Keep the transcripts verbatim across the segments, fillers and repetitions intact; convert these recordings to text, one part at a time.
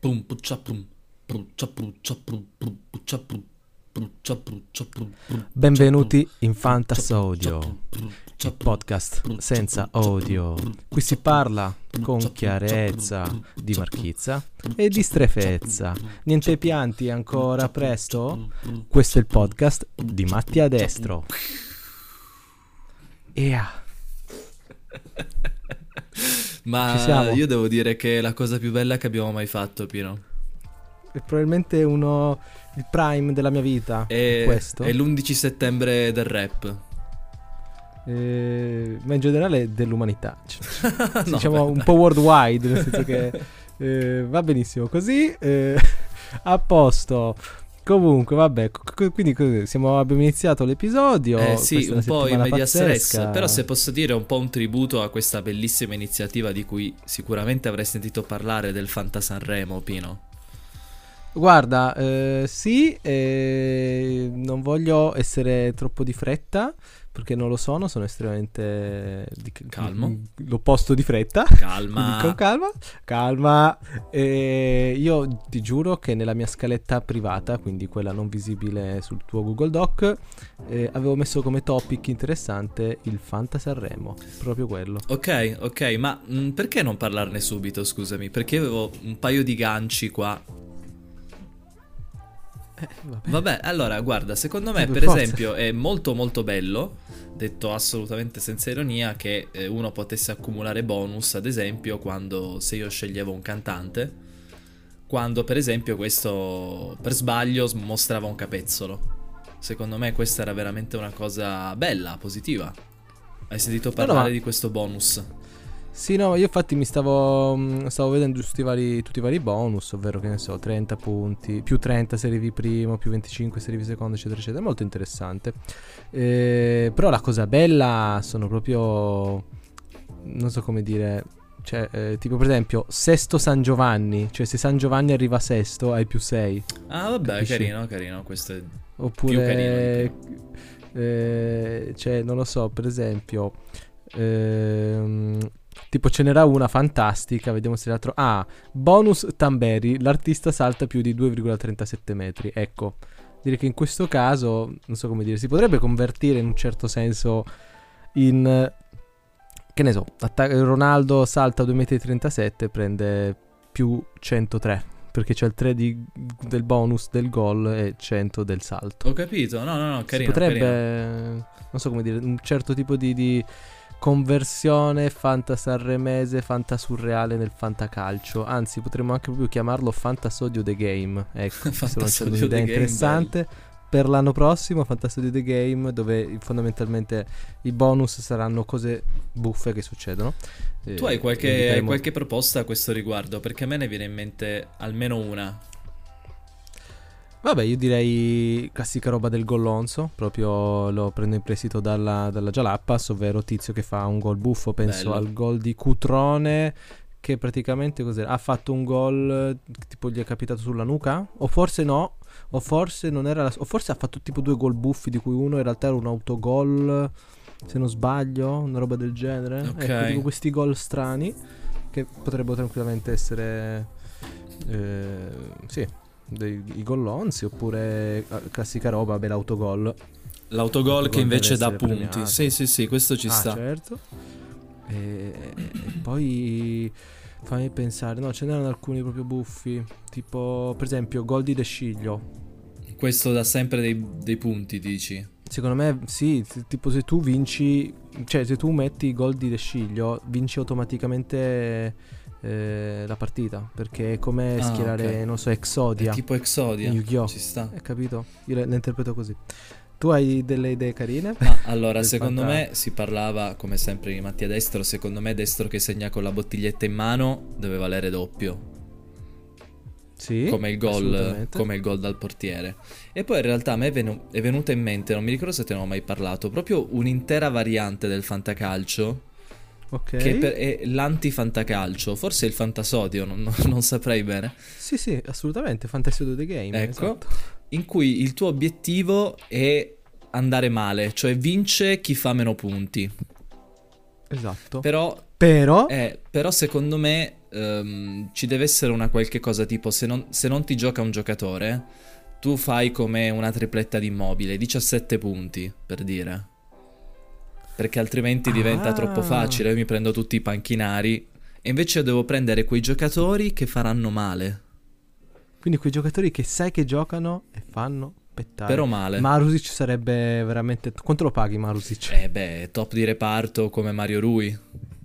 Prum, puccia, prum, pruccia, pruccia, prum, prum, puccia, prum, pruccia, pruccia, prum, prum, puccia, prum, Benvenuti in pruccia, Fantas pruccia, Audio, prum, pruccia, il prum, podcast pruccia, senza pruccia, prum, odio. prum, Qui si puccia, prum, parla pruccia, con pruccia, chiarezza prum, di puccia, marchizza prum, e di puccia, pruccia, strefezza. prum, Niente puccia, pianti ancora pruccia, pruccia, presto? prum, prum, Questo è il puccia, prum, podcast di puccia, Mattia pruccia, Destro. Ea, ci Ma siamo. io devo dire che è la cosa più bella che abbiamo mai fatto, Pino. È probabilmente uno il prime della mia vita. È, questo. è l'undici settembre del rap. Eh, ma in generale dell'umanità. Cioè, No, diciamo beh, un dai. po' worldwide, nel senso che eh, va benissimo così, eh, a posto. Comunque, vabbè, co- quindi così, siamo, abbiamo iniziato l'episodio. Eh sì, questa è una un po' in settimana media stress, pazzesca. però se posso dire un po' un tributo a questa bellissima iniziativa di cui sicuramente avrai sentito parlare, del Fanta Sanremo, Pino. Guarda, eh, sì, eh, non voglio essere troppo di fretta, perché non lo sono, sono estremamente di- Calmo. l'opposto di fretta. Quindi Calma. con calma, calma. Eh, io ti giuro che nella mia scaletta privata, quindi quella non visibile sul tuo Google Doc, eh, avevo messo come topic interessante il Fanta Sanremo, proprio quello. Ok, ok, ma mh, perché non parlarne subito, scusami? Perché avevo un paio di ganci qua. Eh, vabbè. Vabbè, allora, guarda, secondo me, Sì, per per forza. esempio, è molto molto bello, detto assolutamente senza ironia, che eh, uno potesse accumulare bonus, ad esempio, quando se io sceglievo un cantante, quando per esempio questo per sbaglio s- mostrava un capezzolo. Secondo me questa era veramente una cosa bella, positiva. Hai sentito No, no, parlare ma di questo bonus? sì, no, io infatti mi stavo, mh, stavo vedendo tutti i vari, tutti i vari bonus, ovvero che ne so, trenta punti, più trenta se arrivi primo, più venticinque se arrivi secondo, eccetera, eccetera. È molto interessante. Eh, però la cosa bella sono proprio, non so come dire, cioè, eh, tipo per esempio, sesto San Giovanni, cioè se San Giovanni arriva sesto hai più sei. Ah, vabbè, Capisci? carino, carino, questo è più Oppure, carino di eh, cioè, non lo so, per esempio, ehm, tipo ce n'era una fantastica, vediamo se la trovo. Ah, bonus Tamberi, l'artista salta più di due virgola trentasette metri. Ecco, direi che in questo caso, non so come dire, si potrebbe convertire in un certo senso in, eh, che ne so, atta- Ronaldo salta due virgola trentasette metri, prende più centotré. Perché c'è il tre di, del bonus del gol e cento del salto. Ho capito, no, no, no, carino, Si potrebbe, carino. non so come dire, un certo tipo di, di conversione fantasanremese, fantasurreale nel fantacalcio. Anzi, potremmo anche proprio chiamarlo Fantasodio The Game. Ecco, sto lanciando Fantasodio un'idea The Game, interessante. Per l'anno prossimo, Fantasodio The Game, dove fondamentalmente i bonus saranno cose buffe che succedono. Tu hai Eh, qualche, hai eviteremo- qualche proposta a questo riguardo? Perché a me ne viene in mente almeno una. Vabbè, io direi classica roba del gollonzo, proprio lo prendo in prestito dalla, dalla Jalapas, ovvero tizio che fa un gol buffo, penso Bello. al gol di Cutrone, che praticamente cos'era? Ha fatto un gol, tipo gli è capitato sulla nuca? O forse no, o forse non era, la- o forse ha fatto tipo due gol buffi, di cui uno in realtà era un autogol, se non sbaglio, una roba del genere. Ok. Ecco, tipo questi gol strani, che potrebbero tranquillamente essere, eh, sì, dei i gollonzi, oppure eh, classica roba, beh, l'autogol. L'autogol che L'autogol invece deve dà essere punti. premiato. Sì, sì, sì, questo ci Ah, sta. certo. E, e poi fammi pensare, no, ce n'erano alcuni proprio buffi, tipo per esempio gol di De Sciglio. Questo dà sempre dei, dei punti, dici? Secondo me sì, t- tipo se tu vinci, cioè se tu metti i gol di De Sciglio, vinci automaticamente eh, la partita, perché è come Ah, schierare, ok. non so, È Exodia. tipo Exodia. in Yu-Gi-Oh! Ci sta. Hai capito? Io la, la interpreto così. Tu hai delle idee carine? Ma allora, Del secondo fanta- me si parlava, come sempre, di Mattia Destro. Secondo me Destro che segna con la bottiglietta in mano deve valere doppio. Sì, Come il gol, assolutamente. come il gol dal portiere. E poi in realtà a me è, venu- è venuta in mente, non mi ricordo se te ne ho mai parlato, proprio un'intera variante del fantacalcio, Ok. che per- è l'antifantacalcio, forse il fantasodio, non, non- non saprei bene. Sì, sì, assolutamente. Fantasy of the Game. Ecco, Esatto. in cui il tuo obiettivo è andare male, cioè vince chi fa meno punti. Esatto. Però, Però eh, però secondo me ehm, ci deve essere una qualche cosa tipo se non, se non ti gioca un giocatore, tu fai come una tripletta di Immobile, diciassette punti per dire. Perché altrimenti diventa Ah. troppo facile, io mi prendo tutti i panchinari e invece devo prendere quei giocatori che faranno male. Quindi quei giocatori che sai che giocano e fanno pettare. Però male. Marusic sarebbe veramente... Quanto lo paghi Marusic? Eh beh, top di reparto come Mario Rui.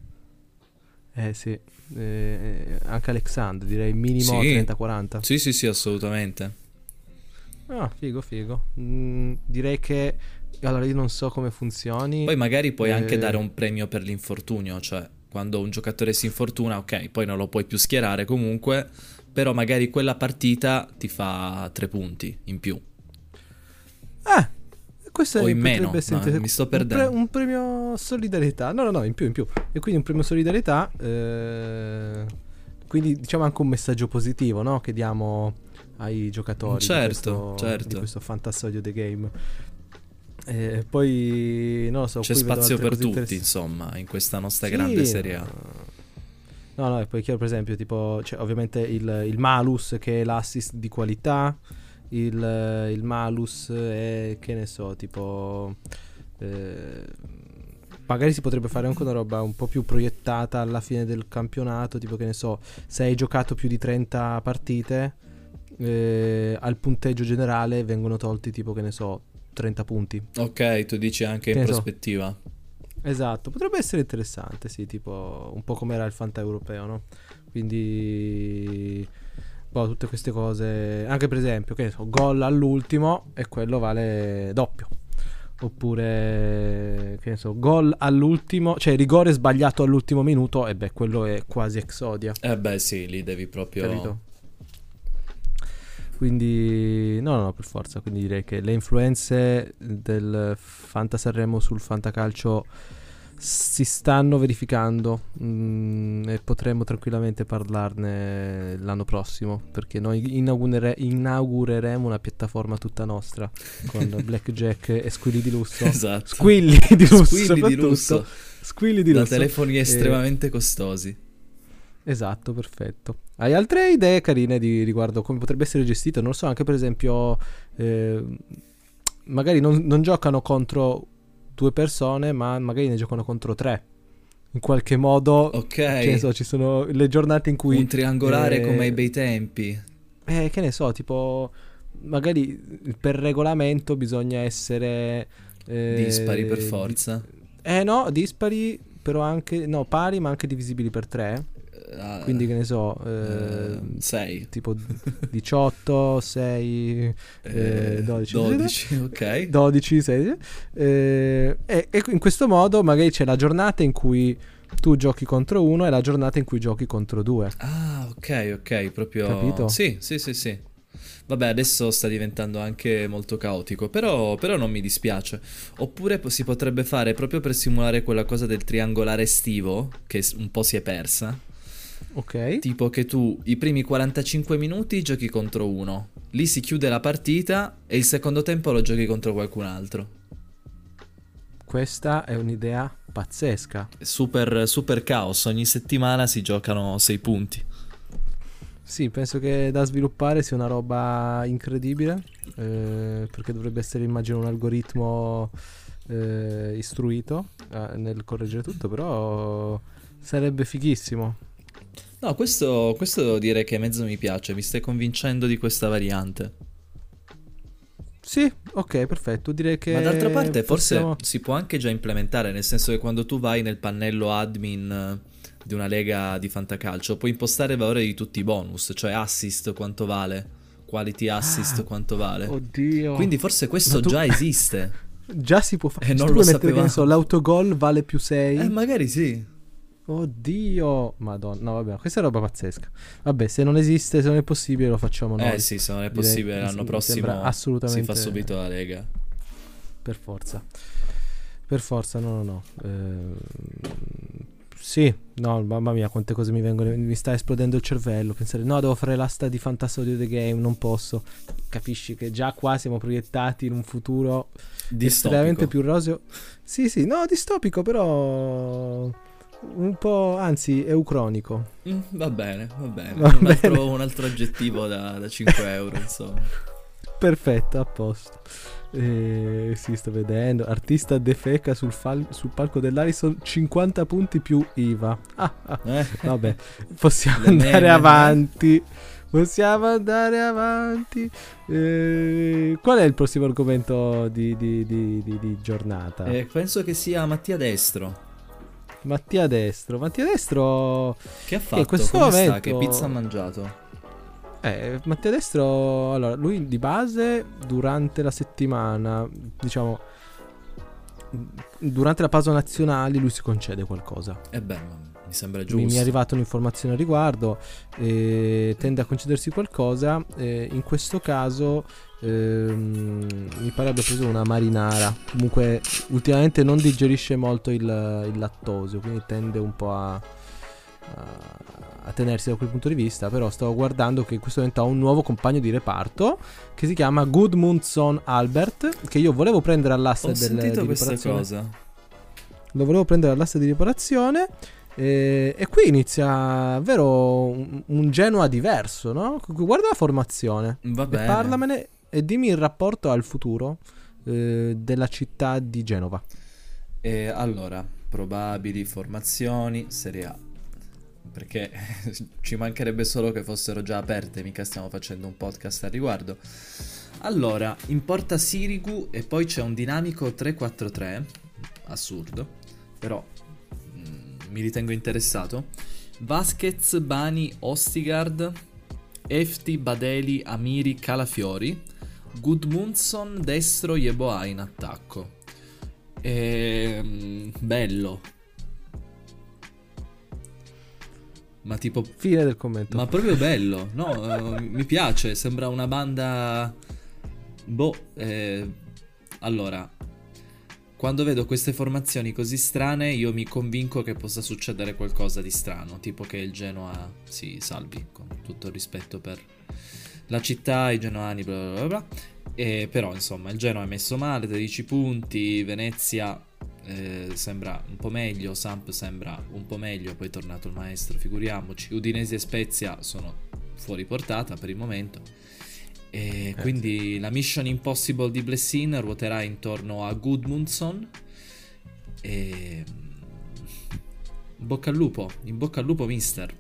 Eh sì, eh, anche Alexandro, direi minimo Sì. trenta quaranta. Sì, sì, sì, assolutamente. Ah, figo, figo. Mm, direi che... Allora, io non so come funzioni. Poi magari puoi anche Eh, dare un premio per l'infortunio, cioè quando un giocatore si infortuna, ok, poi non lo puoi più schierare comunque, però magari quella partita ti fa tre punti in più. Ah, questo O è- in potrebbe meno, essere no, inter- mi sto un, pre- perdendo. un premio solidarietà. No, no, no, in più, in più. E quindi un premio solidarietà. eh, Quindi diciamo anche un messaggio positivo, no? Che diamo ai giocatori Certo, di questo, certo. di questo Fantasaudio The Game. E poi, non lo so, C'è qui vedo spazio altre per cose tutti, interessanti. insomma, in questa nostra Sì, grande Serie A. No, no, e poi chiaro, per esempio, tipo, c'è ovviamente il, il malus che è l'assist di qualità, il, il malus è, che ne so, tipo... eh, magari si potrebbe fare anche una roba un po' più proiettata alla fine del campionato, tipo che ne so, se hai giocato più di trenta partite, eh, al punteggio generale vengono tolti tipo che ne so, trenta punti. Ok, tu dici anche Che in ne so. prospettiva. Esatto, potrebbe essere interessante, sì, tipo un po' come era il Fanta europeo, no? Quindi boh, tutte queste cose, anche per esempio, che ne so, gol all'ultimo e quello vale doppio. Oppure, che ne so, gol all'ultimo, cioè rigore sbagliato all'ultimo minuto, e beh, quello è quasi Exodia, Eh beh sì, lì devi proprio... capito? Quindi, no, no, no, per forza. Quindi direi che le influenze del Fanta Sanremo sul Fantacalcio si stanno verificando, mm, e potremmo tranquillamente parlarne l'anno prossimo, perché noi inaugure- inaugureremo una piattaforma tutta nostra con Blackjack e squilli di lusso. Esatto. Squilli di lusso, Squilli di soprattutto. lusso. Squilli di Da lusso. telefoni Eh, estremamente costosi. Esatto, perfetto. Hai altre idee carine di riguardo come potrebbe essere gestito? Non lo so, anche per esempio, eh, magari non, non giocano contro due persone, ma magari ne giocano contro tre. In qualche modo, Ok. che ne so, ci sono le giornate in cui... Un triangolare eh, come ai bei tempi. eh, che ne so, tipo, magari per regolamento bisogna essere... eh, Dispari per di- forza. Eh no, dispari, però anche... No, pari, ma anche divisibili per tre. Ah, Quindi che ne so, eh, eh, sei. tipo diciotto, sei, eh, Eh, dodici, dodici, ok. dodici, sei, eh, e, e in questo modo magari c'è la giornata in cui tu giochi contro uno e la giornata in cui giochi contro due. Ah, ok, ok, proprio... Capito? Sì, sì, sì, sì. Vabbè, adesso sta diventando anche molto caotico, però, però non mi dispiace. Oppure po- si potrebbe fare proprio per simulare quella cosa del triangolare estivo, che s- un po' si è persa. Ok. Tipo che tu i primi quarantacinque minuti giochi contro uno, lì si chiude la partita e il secondo tempo lo giochi contro qualcun altro. Questa è un'idea pazzesca. Super, super caos, ogni settimana si giocano sei punti. Sì, penso che da sviluppare sia una roba incredibile, eh, perché dovrebbe essere, immagino, un algoritmo eh, istruito eh, nel correggere tutto, però sarebbe fighissimo. No, questo, questo devo dire che mezzo mi piace, mi stai convincendo di questa variante. Sì, ok, perfetto. Direi che Ma d'altra parte forse possiamo... si può anche già implementare, nel senso che quando tu vai nel pannello admin eh, di una lega di fantacalcio puoi impostare il valore di tutti i bonus, cioè assist quanto vale, quality assist quanto vale. Oddio. Quindi forse questo Ma tu- già esiste. Già si può fare. Eh, Tu non puoi lo mettere, che ne so, sapevamo. l'autogol vale più sei. Eh, magari sì. Oddio. Madonna, no, vabbè, questa è roba pazzesca. Vabbè, se non esiste, se non è possibile, lo facciamo noi. Eh sì, se non è Direi- possibile mi- l'anno mi prossimo sembra assolutamente si fa subito la lega. per forza. Per forza, no, no, no. Ehm, sì, no, mamma mia, quante cose mi vengono. Mi sta esplodendo il cervello. Pensare, no, devo fare l'asta di Fantasaudio The Game, non posso. Capisci che già qua siamo proiettati in un futuro Distopico. estremamente più roseo. Sì, sì, no, distopico, però Un po', anzi, eucronico. Mm, va bene, va bene. Va un, bene. Altro, un altro aggettivo da, da cinque euro, insomma. Perfetto, a posto. Eh, sì, sto vedendo. Artista defeca sul, fal- sul palco dell'Arison, cinquanta punti più I V A. Ah, ah. Eh? Vabbè, possiamo Le andare meme, avanti. Possiamo andare avanti. Eh, qual è il prossimo argomento di, di- di- di- di giornata? Eh, penso che sia Mattia Destro. Mattia Destro. Mattia Destro. Che ha in fatto? questo Come sta? momento- Che pizza ha mangiato? Eh, Mattia Destro, allora, lui di base durante la settimana, diciamo, durante la pausa nazionali lui si concede qualcosa. Eh beh, ma mi sembra Mi, giusto. mi è arrivata un'informazione al riguardo, eh, tende a concedersi qualcosa, eh, in questo caso ehm, mi pare abbia preso una marinara, comunque ultimamente non digerisce molto il, il lattosio, quindi tende un po' a, a, a tenersi da quel punto di vista, però sto guardando che in questo momento ha un nuovo compagno di reparto che si chiama Gudmundsson Albert, che io volevo prendere all'asta Ho del, sentito di questa riparazione. cosa. Lo volevo prendere all'asta di riparazione. E, e qui inizia, vero, un, un Genoa diverso, no? Guarda la formazione Va e bene. parlamene e dimmi il rapporto al futuro eh, della città di Genova. E allora, probabili formazioni, Serie A. Perché ci mancherebbe solo che fossero già aperte, mica stiamo facendo un podcast al riguardo. Allora, in porta Sirigu e poi c'è un dinamico tre quattro tre, assurdo, però mm, mi ritengo interessato. Vasquez, Bani, Ostigard, Efti, Badeli, Amiri, Calafiori, Gudmundsson, Destro, Yeboah in attacco. Ehm, bello. Ma tipo, Fine del commento. ma proprio bello, no? eh, mi piace, sembra una banda. Boh, eh, allora, quando vedo queste formazioni così strane, io mi convinco che possa succedere qualcosa di strano, tipo che il Genoa si salvi, con tutto il rispetto per la città, i genoani, bla bla bla bla. E però, insomma, il Genoa è messo male, tredici punti, Venezia eh, sembra un po' meglio, Samp sembra un po' meglio, poi è tornato il maestro, figuriamoci. Udinese e Spezia sono fuori portata per il momento. E quindi la Mission Impossible di Blessin ruoterà intorno a Gudmundsson. E in bocca al lupo, in bocca al lupo, mister.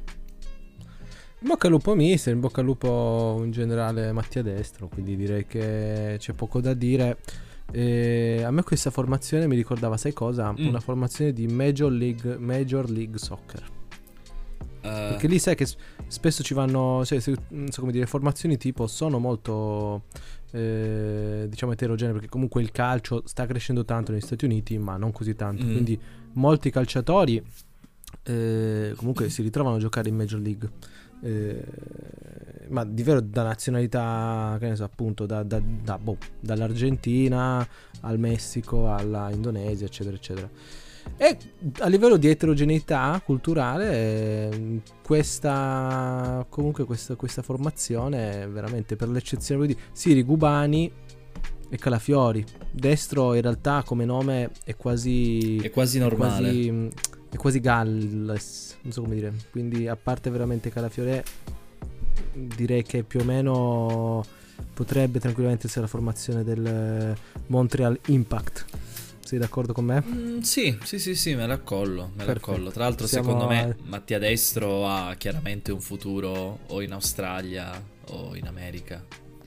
In bocca al lupo mister, in bocca al lupo in generale Mattia Destro, quindi direi che c'è poco da dire. E a me questa formazione mi ricordava, sai cosa? Mm. Una formazione di Major League, Major League Soccer. Uh, Perché lì sai che s- spesso ci vanno, cioè, se- non so come dire, formazioni tipo sono molto eh, diciamo eterogenee, perché comunque il calcio sta crescendo tanto negli Stati Uniti, ma non così tanto, Mm. quindi molti calciatori eh, comunque si ritrovano a giocare in Major League. Eh, ma di vero da nazionalità, che ne so, appunto da, da- da- boh, dall'Argentina al Messico alla Indonesia, eccetera eccetera. E a livello di eterogeneità culturale eh, questa comunque questa, questa formazione è veramente, per l'eccezione di Siri, Gubani e Calafiori. Destro in realtà come nome è quasi è quasi normale. è quasi, è quasi Galles, non so come dire. Quindi a parte veramente Calafiore, direi che più o meno potrebbe tranquillamente essere la formazione del Montreal Impact. Sei d'accordo con me? Mm, sì, sì, sì, sì, me la collo, me la Perfetto. collo. Tra l'altro, Siamo secondo me, a- Mattia Destro ha chiaramente un futuro o in Australia o in America.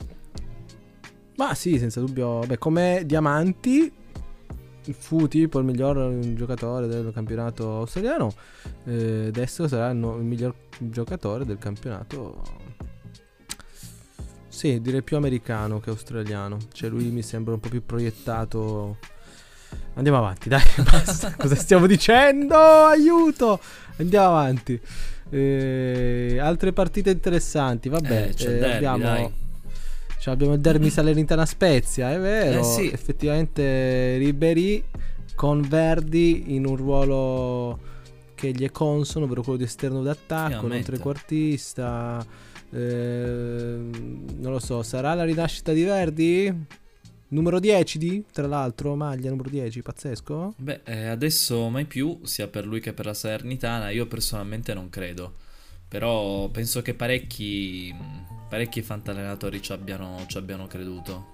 Ma sì, senza dubbio. Beh, come Diamanti fu tipo il miglior giocatore del campionato australiano, eh, Destro sarà il, no- il miglior giocatore del campionato. Sì, direi più americano che australiano. Cioè lui mi sembra un po' più proiettato. Andiamo avanti, dai, basta. Cosa stiamo dicendo? Aiuto! Andiamo avanti. Eh, altre partite interessanti, vabbè. Eh, c'è il eh, derby, abbiamo, dai. cioè, abbiamo il derby Salernitana Spezia, è vero. Eh, sì. Effettivamente Ribéry con Verdi in un ruolo che gli è consono, ovvero quello di esterno d'attacco, non Finalmente. trequartista. Eh, non lo so, sarà la rinascita di Verdi? Numero dieci di, tra l'altro, maglia numero dieci, pazzesco. Beh, eh, adesso mai più, sia per lui che per la Salernitana, io personalmente non credo. Però penso che parecchi, parecchi fantallenatori ci abbiano, ci abbiano creduto,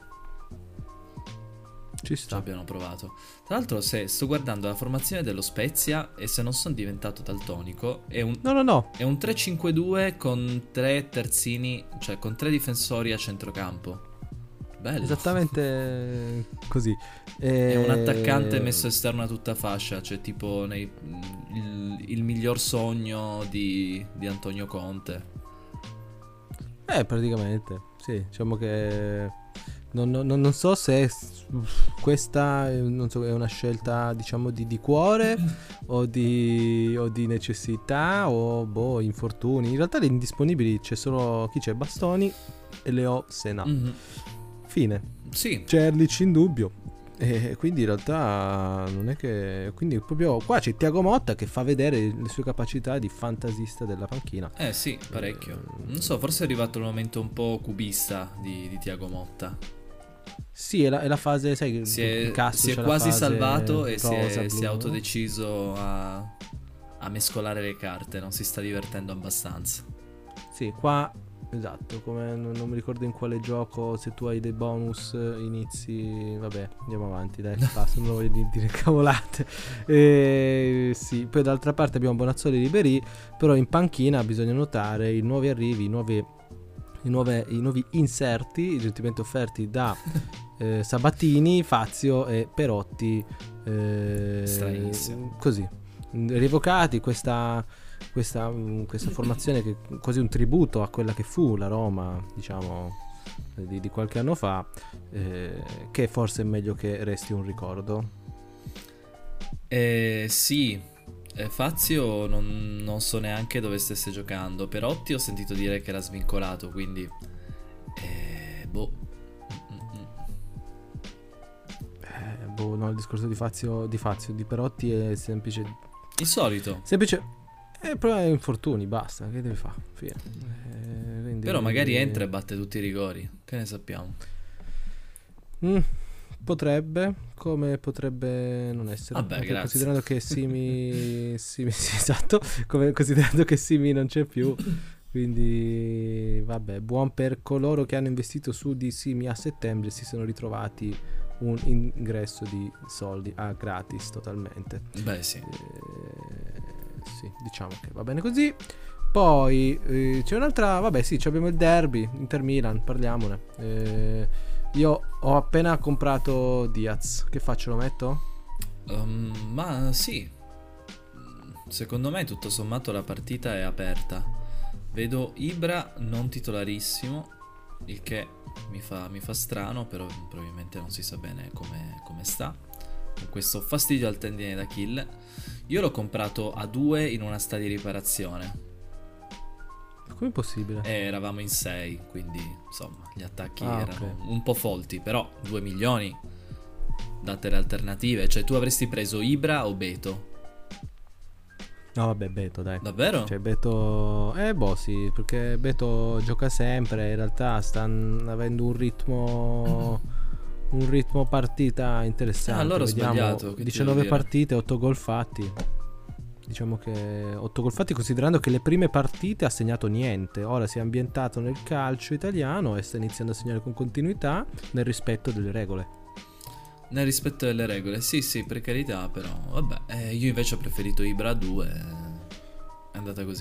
Ci ci sta. abbiano provato. Tra l'altro, se sto guardando la formazione dello Spezia e se non sono diventato daltonico, è un, No, no, no. è un tre cinque due con tre terzini, cioè con tre difensori a centrocampo. Bello. Esattamente così. È un attaccante Eh, messo esterno a tutta fascia, cioè tipo nei- il, il miglior sogno di, di Antonio Conte. Eh, praticamente, sì, diciamo che non, non- non so se s- questa è, non so, è una scelta, diciamo, di, di cuore o di, o di necessità o, boh, infortuni. In realtà, gli indisponibili c'è solo chi c'è, Bastoni e Leo Sena. Mhm. Fine. Sì, C'è Erlich in dubbio. E quindi in realtà non è che. Quindi proprio qua c'è Thiago Motta che fa vedere le sue capacità di fantasista della panchina. eh sì, parecchio. Non so, forse è arrivato il momento un po' cubista di, di Thiago Motta. Sì, è la, è la fase, sai, Si che è, Castro si è c'ha la quasi fase salvato e si rosa, è, si è blu, autodeciso a, a mescolare le carte, non si sta divertendo abbastanza. Sì, qua, esatto, come non, non mi ricordo in quale gioco, se tu hai dei bonus inizi, vabbè, andiamo avanti, dai, basta, non voglio di- dire cavolate. E, sì, poi dall'altra parte abbiamo Bonazzoli e Ribéry, però in panchina bisogna notare i nuovi arrivi, i nuovi, i nuove- i nuovi inserti, gentilmente offerti da eh, Sabatini, Fazio e Perotti, eh, Stranissimo. così, rievocati questa questa, mm, questa formazione che è quasi un tributo a quella che fu la Roma, diciamo, eh, di, di qualche anno fa, eh, che forse è meglio che resti un ricordo. Eh, sì, eh, Fazio non, non so neanche dove stesse giocando. Perotti ho sentito dire che era svincolato, quindi... Eh, boh. Mm-mm. Eh, boh, no, il discorso di Fazio, di Fazio, di Perotti è semplice, Insolito. semplice. È problema di infortuni, basta, che deve fare? Fine. Eh, quindi- Però magari entra e batte tutti i rigori. Che ne sappiamo? Mm, potrebbe, come potrebbe non essere. Vabbè, Anche grazie. considerando che Simi, Simi sì, esatto, come, considerando che Simi non c'è più, quindi vabbè, buon per coloro che hanno investito su di Simi a settembre, si sono ritrovati un ingresso di soldi a gratis totalmente. Beh, sì. Eh, sì, diciamo che va bene così. Poi eh, c'è un'altra, vabbè sì, ci abbiamo il derby Inter Milan, parliamone. Eh, io ho appena comprato Diaz, che faccio, lo metto? Um, ma sì. Secondo me, tutto sommato, la partita è aperta. Vedo Ibra non titolarissimo, il che mi fa, mi fa strano, però probabilmente non si sa bene come, come sta. Con questo fastidio al tendine d'Achille. Io l'ho comprato a due in una sta di riparazione. Come è possibile? E eravamo in sei, quindi insomma gli attacchi Ah, erano ok. un po' folti, però due milioni, date le alternative. Cioè tu avresti preso Ibra o Beto? No, vabbè, Beto, dai. Davvero? Cioè, Beto. Eh, boh, sì, perché Beto gioca sempre. In realtà sta avendo un ritmo. Un ritmo partita interessante. Ah, allora ho Vediamo, sbagliato, che ti diciannove devo dire? partite, otto gol fatti. Diciamo che otto gol fatti, considerando che le prime partite ha segnato niente. Ora si è ambientato nel calcio italiano e sta iniziando a segnare con continuità nel rispetto delle regole. Nel rispetto delle regole, sì sì, per carità, però vabbè, eh, io invece ho preferito Ibra a due, eh, è andata così.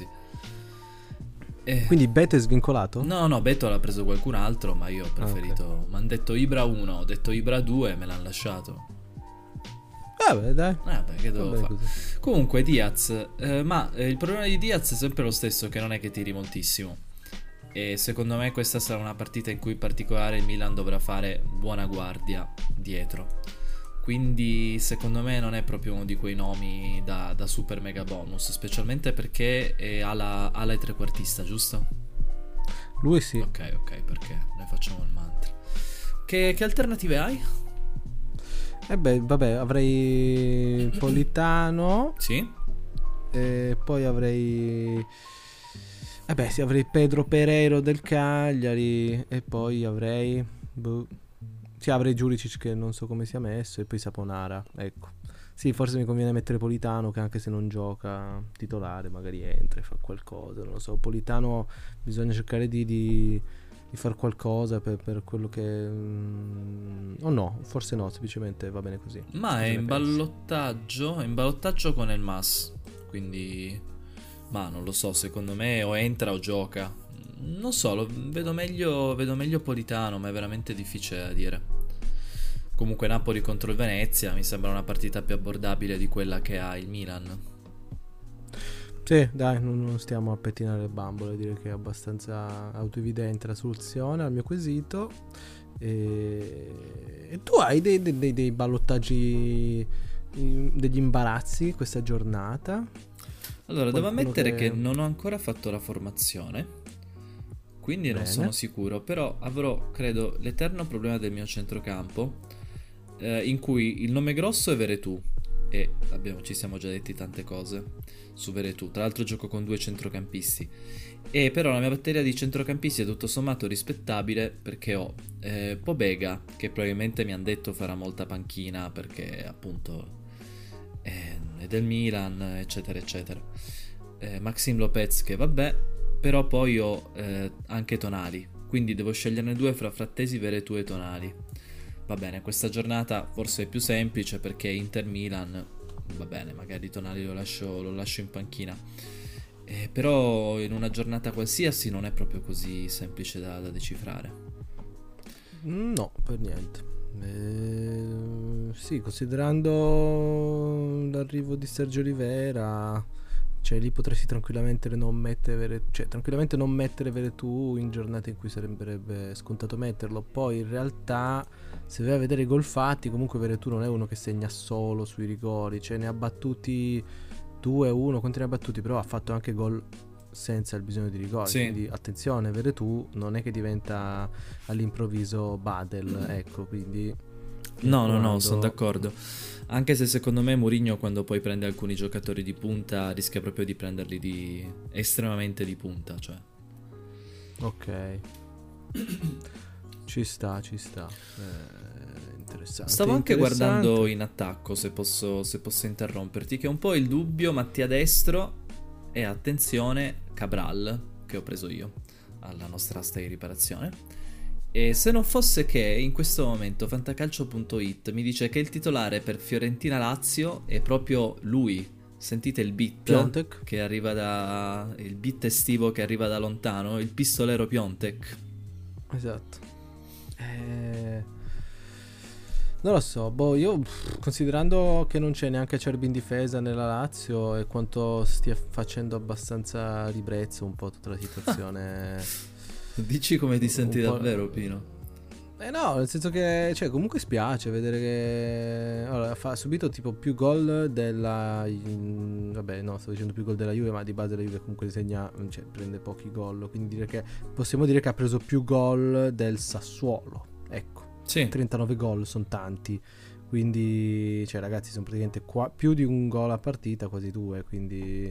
Eh, Quindi Beto è svincolato? No, no, Beto l'ha preso qualcun altro, ma io ho preferito... Mi hanno detto Ibra uno, ho detto Ibra due e me l'hanno lasciato. Vabbè, dai. Eh, vabbè, che Va devo bene fare? così. Comunque Diaz, eh, ma eh, il problema di Diaz è sempre lo stesso, che non è che tiri moltissimo. E secondo me questa sarà una partita in cui in particolare il Milan dovrà fare buona guardia dietro. Quindi secondo me non è proprio uno di quei nomi da, da super mega bonus, specialmente perché è ala, ala e trequartista, giusto? Lui sì. Ok, ok, perché noi facciamo il mantra. Che, che alternative hai? E beh, vabbè, avrei Politano. Sì? E poi avrei. Eh beh, sì, avrei Pedro Pereiro del Cagliari. E poi avrei. boh, sì, avrei Juricic che non so come sia messo e poi Saponara, ecco. Sì, forse mi conviene mettere Politano che anche se non gioca titolare magari entra e fa qualcosa, non lo so. Politano bisogna cercare di, di, di far qualcosa per, per quello che... Mm, o no, forse no, semplicemente va bene così. Ma Cosa è ne in pensi? ballottaggio, è in ballottaggio con il Mas, quindi... Ma non lo so, secondo me o entra o gioca. Non so, lo vedo meglio, vedo meglio Politano, ma è veramente difficile da dire. Comunque Napoli contro il Venezia mi sembra una partita più abbordabile di quella che ha il Milan. Sì, dai, non, non stiamo a pettinare le bambole, direi che è abbastanza autoevidente la soluzione al mio quesito. E, e tu hai dei, dei, dei, dei ballottaggi, degli imbarazzi questa giornata? Allora, devo Qualcuno ammettere che... che non ho ancora fatto la formazione, quindi non Bene. sono sicuro, però avrò, credo, l'eterno problema del mio centrocampo, eh, in cui il nome grosso è Veretù, e abbiamo, ci siamo già detti tante cose su Veretù. Tra l'altro gioco con due centrocampisti, e però la mia batteria di centrocampisti è tutto sommato rispettabile, perché ho eh, Pobega, che probabilmente mi hanno detto farà molta panchina perché appunto è, è del Milan, eccetera eccetera. eh, Maxime Lopez, che vabbè, però poi ho eh, anche Tonali, quindi devo sceglierne due fra Frattesi, Veretù e Tonali. Va bene, questa giornata forse è più semplice perché Inter-Milan, va bene, magari Tonali lo lascio, lo lascio in panchina. Eh, però in una giornata qualsiasi non è proprio così semplice da, da decifrare. No, per niente. Eh, sì, considerando l'arrivo di Sergio Rivera, cioè lì potresti tranquillamente non mettere, cioè tranquillamente non mettere Veretù in giornate in cui sarebbe scontato metterlo. Poi in realtà, se vai a vedere i gol fatti, comunque Veretù non è uno che segna solo sui rigori, cioè ne ha battuti due uno, quanti ne ha battuti, però ha fatto anche gol senza il bisogno di rigori, Sì. quindi attenzione, Veretù non è che diventa all'improvviso Badel, ecco, quindi No, no, no, raccomando. sono d'accordo. Anche se secondo me Mourinho, quando poi prende alcuni giocatori di punta, rischia proprio di prenderli di estremamente di punta, cioè. Ok. Ci sta, ci sta. Eh, interessante. Stavo anche interessante. guardando in attacco, se posso, se posso interromperti, che è un po' il dubbio Mattia Destro e attenzione Cabral, che ho preso io alla nostra asta di riparazione. E se non fosse che in questo momento Fantacalcio punto it mi dice che il titolare per Fiorentina-Lazio è proprio lui. Sentite il beat Piontek. che arriva da... il beat estivo che arriva da lontano, il pistolero Piontek. Esatto. Eh... Non lo so, boh, io pff, considerando che non c'è neanche Acerbi in difesa nella Lazio e quanto stia facendo abbastanza ribrezzo un po' tutta la situazione. Dici come ti senti Un po'- davvero, Pino? Eh no, nel senso che, cioè, comunque spiace vedere che allora, fa- ha subito tipo più gol della in- vabbè, no, sto dicendo più gol della Juve, ma di base la Juve comunque segna, cioè, prende pochi gol, quindi dire che possiamo dire che ha preso più gol del Sassuolo. Ecco. Sì. trentanove gol sono tanti, quindi cioè ragazzi sono praticamente qua, più di un gol a partita, quasi due, quindi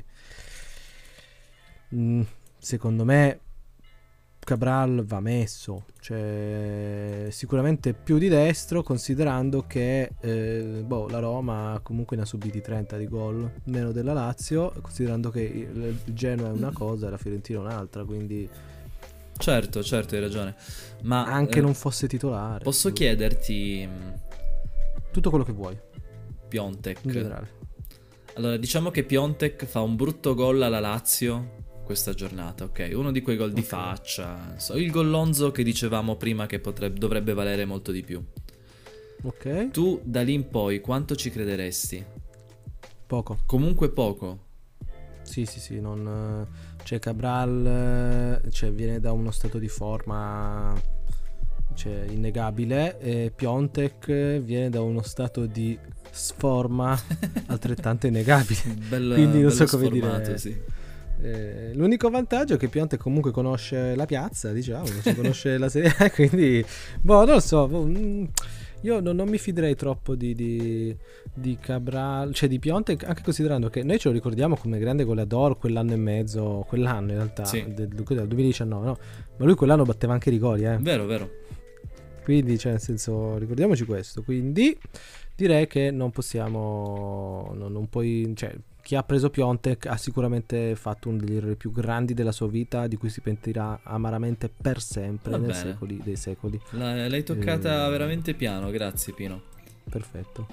mm, secondo me Cabral va messo, cioè sicuramente più di destro, considerando che eh, boh, la Roma comunque ne ha subiti trenta di gol, meno della Lazio, considerando che il, il Genoa è una cosa e la Fiorentina un'altra, quindi Certo, certo, hai ragione. Ma anche eh, non fosse titolare, posso chiederti tutto quello che vuoi Piontek. in generale. Allora, diciamo che Piontek fa un brutto gol alla Lazio questa giornata, ok? Uno di quei gol di Ok. faccia, non so, il gollonzo che dicevamo prima che potrebbe, dovrebbe valere molto di più. Ok, Tu da lì in poi quanto ci crederesti? poco. Comunque poco. Sì, sì, sì, non cioè Cabral eh, cioè, viene da uno stato di forma cioè, innegabile e Piontek viene da uno stato di sforma altrettanto innegabile. Bello, Quindi non so bello come sformato, dire. sì. Eh, l'unico vantaggio è che Piontek comunque conosce la piazza, diciamo, si conosce la serie, quindi boh, non lo so, boh, mm, io non, non mi fiderei troppo di, di, di Cabral, cioè di Piontek, anche considerando che noi ce lo ricordiamo come grande goleador quell'anno e mezzo, quell'anno in realtà, Sì. del, del duemiladiciannove, no? Ma lui quell'anno batteva anche i rigori, eh. Vero, vero. Quindi, cioè, nel senso, ricordiamoci questo. Quindi direi che non possiamo, no, non puoi, cioè, chi ha preso Piontek ha sicuramente fatto uno degli errori più grandi della sua vita, di cui si pentirà amaramente per sempre. Va nei bene. secoli dei secoli. La- l'hai toccata Eh, veramente piano, grazie Pino. Perfetto.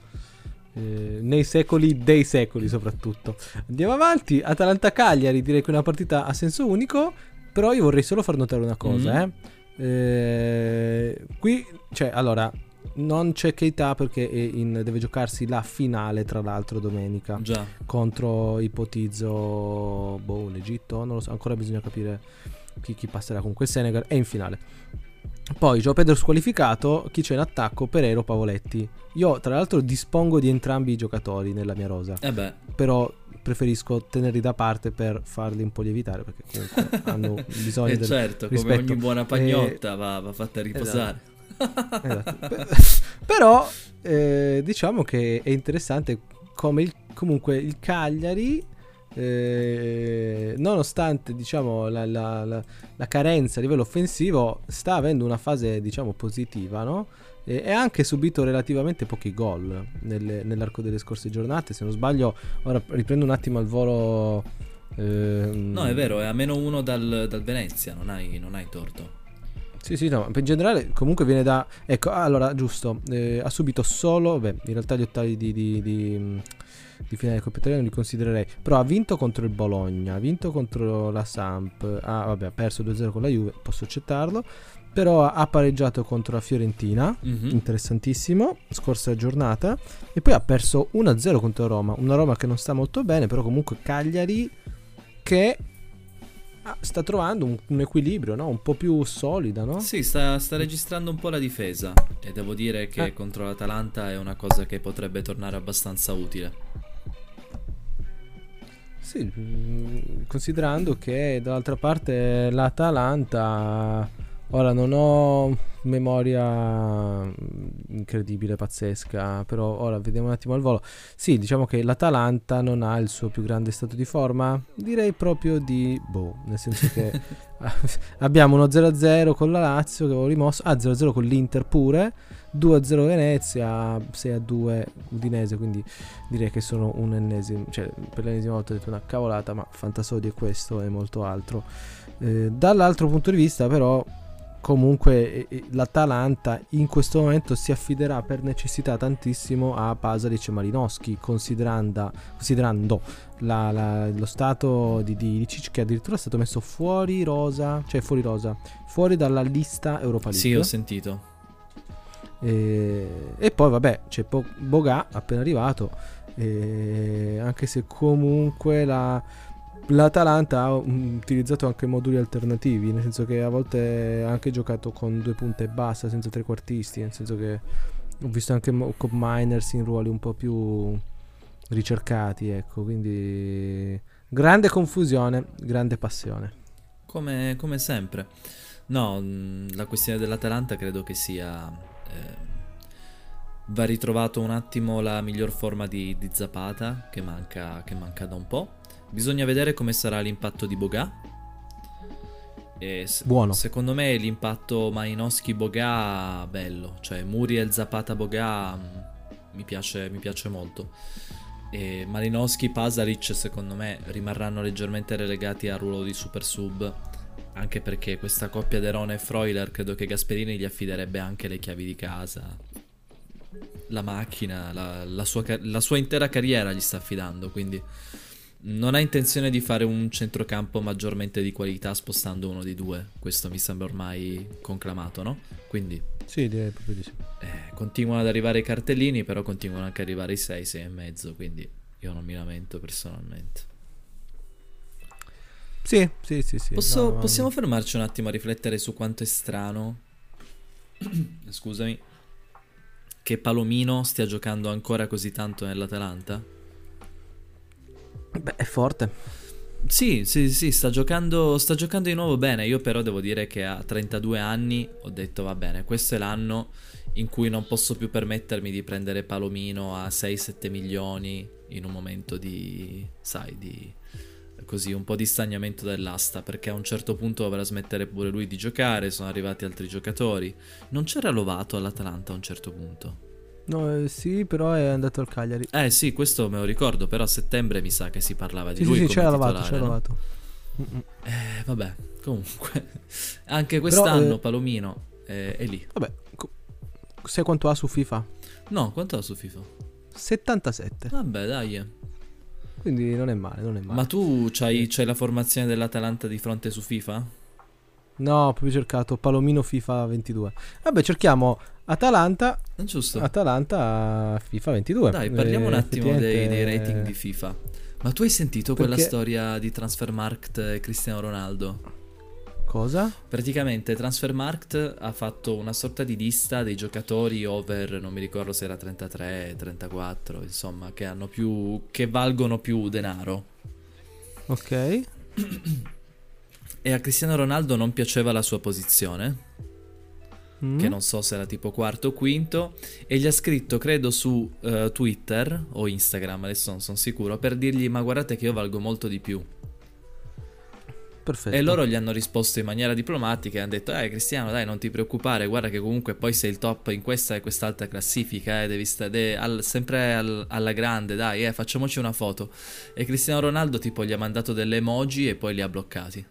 Eh, nei secoli dei secoli soprattutto. Andiamo avanti. Atalanta-Cagliari, direi che è una partita a senso unico, però io vorrei solo far notare una cosa. Mm. Eh. Eh, qui, cioè, allora, non c'è Keita perché è in- deve giocarsi la finale, tra l'altro, domenica Già. contro, ipotizzo, boh, l'Egitto, non lo so, ancora bisogna capire chi, chi passerà. Comunque il Senegal è in finale. Poi Joao Pedro squalificato, chi c'è in attacco? Pereiro, Pavoletti. Io tra l'altro dispongo di entrambi i giocatori nella mia rosa, Eh beh, però preferisco tenerli da parte per farli un po' lievitare, perché comunque hanno bisogno eh del certo, come rispetto. ogni buona pagnotta Eh, va, va fatta riposare. esatto. Pe- Però eh, diciamo che è interessante come il, comunque il Cagliari, eh, nonostante diciamo la, la- la- la carenza a livello offensivo, sta avendo una fase diciamo positiva, no? E e ha anche subito relativamente pochi gol nelle- nell'arco delle scorse giornate, se non sbaglio. Ora riprendo un attimo al volo. ehm, No, è vero, è a meno uno dal, dal Venezia, non hai, non hai torto. Sì, sì, no, in generale comunque viene da... Ecco, allora, giusto, eh, ha subito solo... Beh, in realtà gli ottavi di, di, di, di finale del Coppa Italia non li considererei. Però ha vinto contro il Bologna, ha vinto contro la Samp, ha, vabbè, ha perso due a zero con la Juve, posso accettarlo. Però ha pareggiato contro la Fiorentina, Mhm. interessantissimo, scorsa giornata. E poi ha perso uno a zero contro Roma, una Roma che non sta molto bene, però comunque Cagliari che... ah, sta trovando un, un equilibrio, no? Un po' più solida, no? Sì, sta, sta registrando un po' la difesa e devo dire che Eh. contro l'Atalanta è una cosa che potrebbe tornare abbastanza utile. Sì, mm, considerando che dall'altra parte l'Atalanta, ora non ho memoria mm, incredibile, pazzesca, però ora vediamo un attimo al volo. Sì, diciamo che l'Atalanta non ha il suo più grande stato di forma, direi proprio di boh, nel senso che abbiamo uno zero a zero con la Lazio che avevo rimosso, ah zero a zero con l'Inter pure, due a zero Venezia, sei a due Udinese, quindi direi che sono un ennesimo, cioè per l'ennesima volta ho detto una cavolata, ma Fantasodi è questo e molto altro. Eh, dall'altro punto di vista però comunque eh, l'Atalanta in questo momento si affiderà per necessità tantissimo a Pasalic e Malinowski, considerando, considerando la- la- lo stato di, di Ilicic, che addirittura è stato messo fuori rosa, cioè fuori rosa, fuori dalla lista Europa League. Sì, ho sentito. E, e poi vabbè c'è po- Boga appena arrivato, e anche se comunque la, l'Atalanta ha mm, utilizzato anche moduli alternativi, nel senso che a volte ha anche giocato con due punte e basta, senza trequartisti, nel senso che ho visto anche Mo- Cobb Miners in ruoli un po' più ricercati, ecco, quindi grande confusione, grande passione. Come, come sempre. No, mh, la questione dell'Atalanta credo che sia... eh, va ritrovato un attimo la miglior forma di, di Zapata, che manca, che manca da un po'. Bisogna vedere come sarà l'impatto di Boga. E se- Buono. Secondo me l'impatto Malinowski-Boga bello. Cioè Muriel Zapata-Boga mh, mi piace, mi piace molto. E Malinowski, Pasalic secondo me rimarranno leggermente relegati al ruolo di super sub, anche perché questa coppia Derona e Freuler credo che Gasperini gli affiderebbe anche le chiavi di casa, la macchina, la, la sua, ca- la sua intera carriera gli sta affidando, quindi non ha intenzione di fare un centrocampo maggiormente di qualità spostando uno dei due. Questo mi sembra ormai conclamato, no? Quindi Sì, direi proprio di sì. eh, continuano ad arrivare i cartellini, però continuano anche ad arrivare i sei, sei e mezzo, quindi io non mi lamento personalmente. Sì, sì, sì, sì. Posso- no, Possiamo fermarci un attimo a riflettere su quanto è strano, scusami, che Palomino stia giocando ancora così tanto nell'Atalanta? Beh, è forte. Sì, sì, sì, sta giocando, sta giocando di nuovo bene. Io però devo dire che a trentadue anni ho detto va bene, questo è l'anno in cui non posso più permettermi di prendere Palomino a sei sette milioni in un momento di, sai, di così un po' di stagnamento dell'asta, perché a un certo punto dovrà smettere pure lui di giocare, sono arrivati altri giocatori. Non c'era Lovato all'Atalanta a un certo punto? No, eh, sì, però è andato al Cagliari. Eh sì, questo me lo ricordo, però a settembre mi sa che si parlava di Sì, lui sì, sì, come c'era titolare, Lovato, c'era no? Lovato. Mm-mm. Eh, vabbè, comunque, anche quest'anno Però, eh, Palomino è, è lì. Vabbè, co- sai quanto ha su FIFA? No, quanto ha su FIFA? settantasette. Vabbè, dai. eh. Quindi non è male, non è male. Ma tu c'hai, c'hai la formazione dell'Atalanta di fronte su FIFA? No, ho proprio cercato Palomino FIFA ventidue. Vabbè, cerchiamo Atalanta, È giusto. Atalanta FIFA ventidue. Dai, parliamo un Eh, attimo dei, dei effettivamente- rating di FIFA. Ma tu hai sentito quella Perché- storia di Transfermarkt e Cristiano Ronaldo? Cosa? Praticamente Transfermarkt ha fatto una sorta di lista dei giocatori over, non mi ricordo se era trentatré, trentaquattro, insomma, che hanno più, che valgono più denaro. Ok. E a Cristiano Ronaldo non piaceva la sua posizione, Mm. che non so se era tipo quarto o quinto, e gli ha scritto, credo su eh, Twitter o Instagram, adesso non sono sicuro, per dirgli ma guardate che io valgo molto di più. Perfetto. E loro gli hanno risposto in maniera diplomatica e hanno detto eh Cristiano dai non ti preoccupare, guarda che comunque poi sei il top in questa e quest'altra classifica, eh, devi stare al, sempre al, alla grande, dai, eh, facciamoci una foto. E Cristiano Ronaldo tipo gli ha mandato delle emoji e poi li ha bloccati.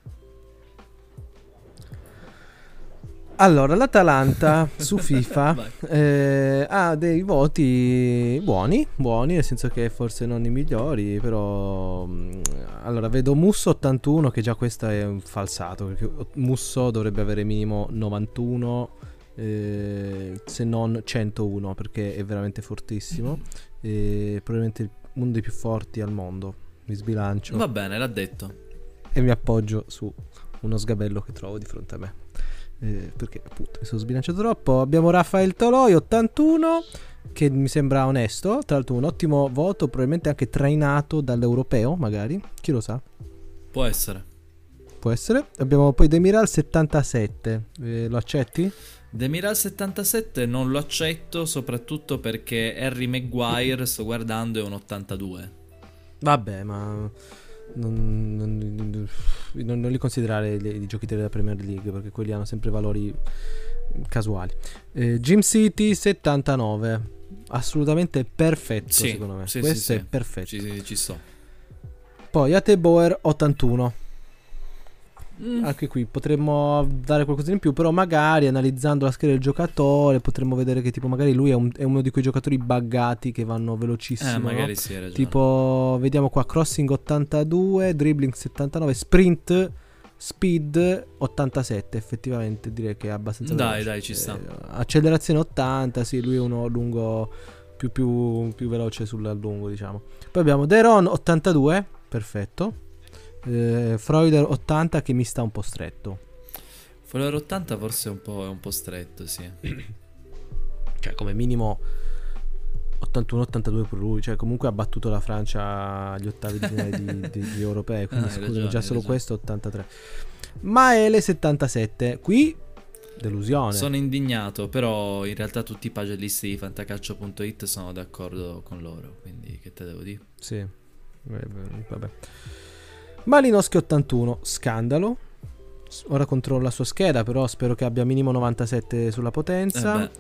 Allora, l'Atalanta su FIFA Vai. eh, ha dei voti buoni, buoni, nel senso che forse non i migliori, però... mh, Allora, vedo Musso ottantuno, che già questo è un falsato, perché Musso dovrebbe avere minimo novantuno, eh, se non centouno, perché è veramente fortissimo, e probabilmente uno dei più forti al mondo. Mi sbilancio Va bene, l'ha detto. e mi appoggio su uno sgabello che trovo di fronte a me. Eh, perché appunto mi sono sbilanciato troppo. Abbiamo Rafael Toloi ottantuno, che mi sembra onesto, tra l'altro un ottimo voto, probabilmente anche trainato dall'europeo, magari, chi lo sa, Può essere. può essere. Abbiamo poi Demiral settantasette, eh, lo accetti? Demiral settantasette non lo accetto, soprattutto perché Harry Maguire, sto guardando, è un ottantadue. Vabbè, ma non, non- non- non li considerare i giocatori della Premier League, perché quelli hanno sempre valori casuali. eh, Jim City settantanove, assolutamente perfetto, Sì, secondo me. sì, Questo sì, è sì. perfetto. Ci, ci sto. Poi Ateboer ottantuno. Mm. Anche qui potremmo dare qualcosa in più, però magari analizzando la scheda del giocatore potremmo vedere che tipo magari lui è, un- è uno di quei giocatori buggati che vanno velocissimo, Eh, no? magari sì, hai ragione. Tipo, vediamo qua, crossing ottantadue, dribbling settantanove, sprint, speed ottantasette. Effettivamente direi che è abbastanza Dai, veloce. dai, ci sta. Eh, accelerazione ottanta, sì, lui è uno lungo, più, più, più veloce sul lungo, diciamo. Poi abbiamo Deron ottantadue, perfetto. Eh, Freuler ottanta, che mi sta un po' stretto. Fuori ottanta forse è un po', è un po' stretto, sì. Cioè, come minimo ottantuno ottantadue per lui. Cioè, comunque ha battuto la Francia agli ottavi di finale di, di, di europei. Quindi, Ah, hai scusami, ragione, già hai solo ragione. questo ottantatré. Maele settantasette. Qui delusione. Sono indignato, però in realtà tutti i pagellisti di fantacalcio punto it sono d'accordo con loro, quindi che te devo dire? Sì. Eh, beh, vabbè. Malinowski ottantuno, scandalo. S- Ora controllo la sua scheda, però spero che abbia minimo novantasette sulla potenza.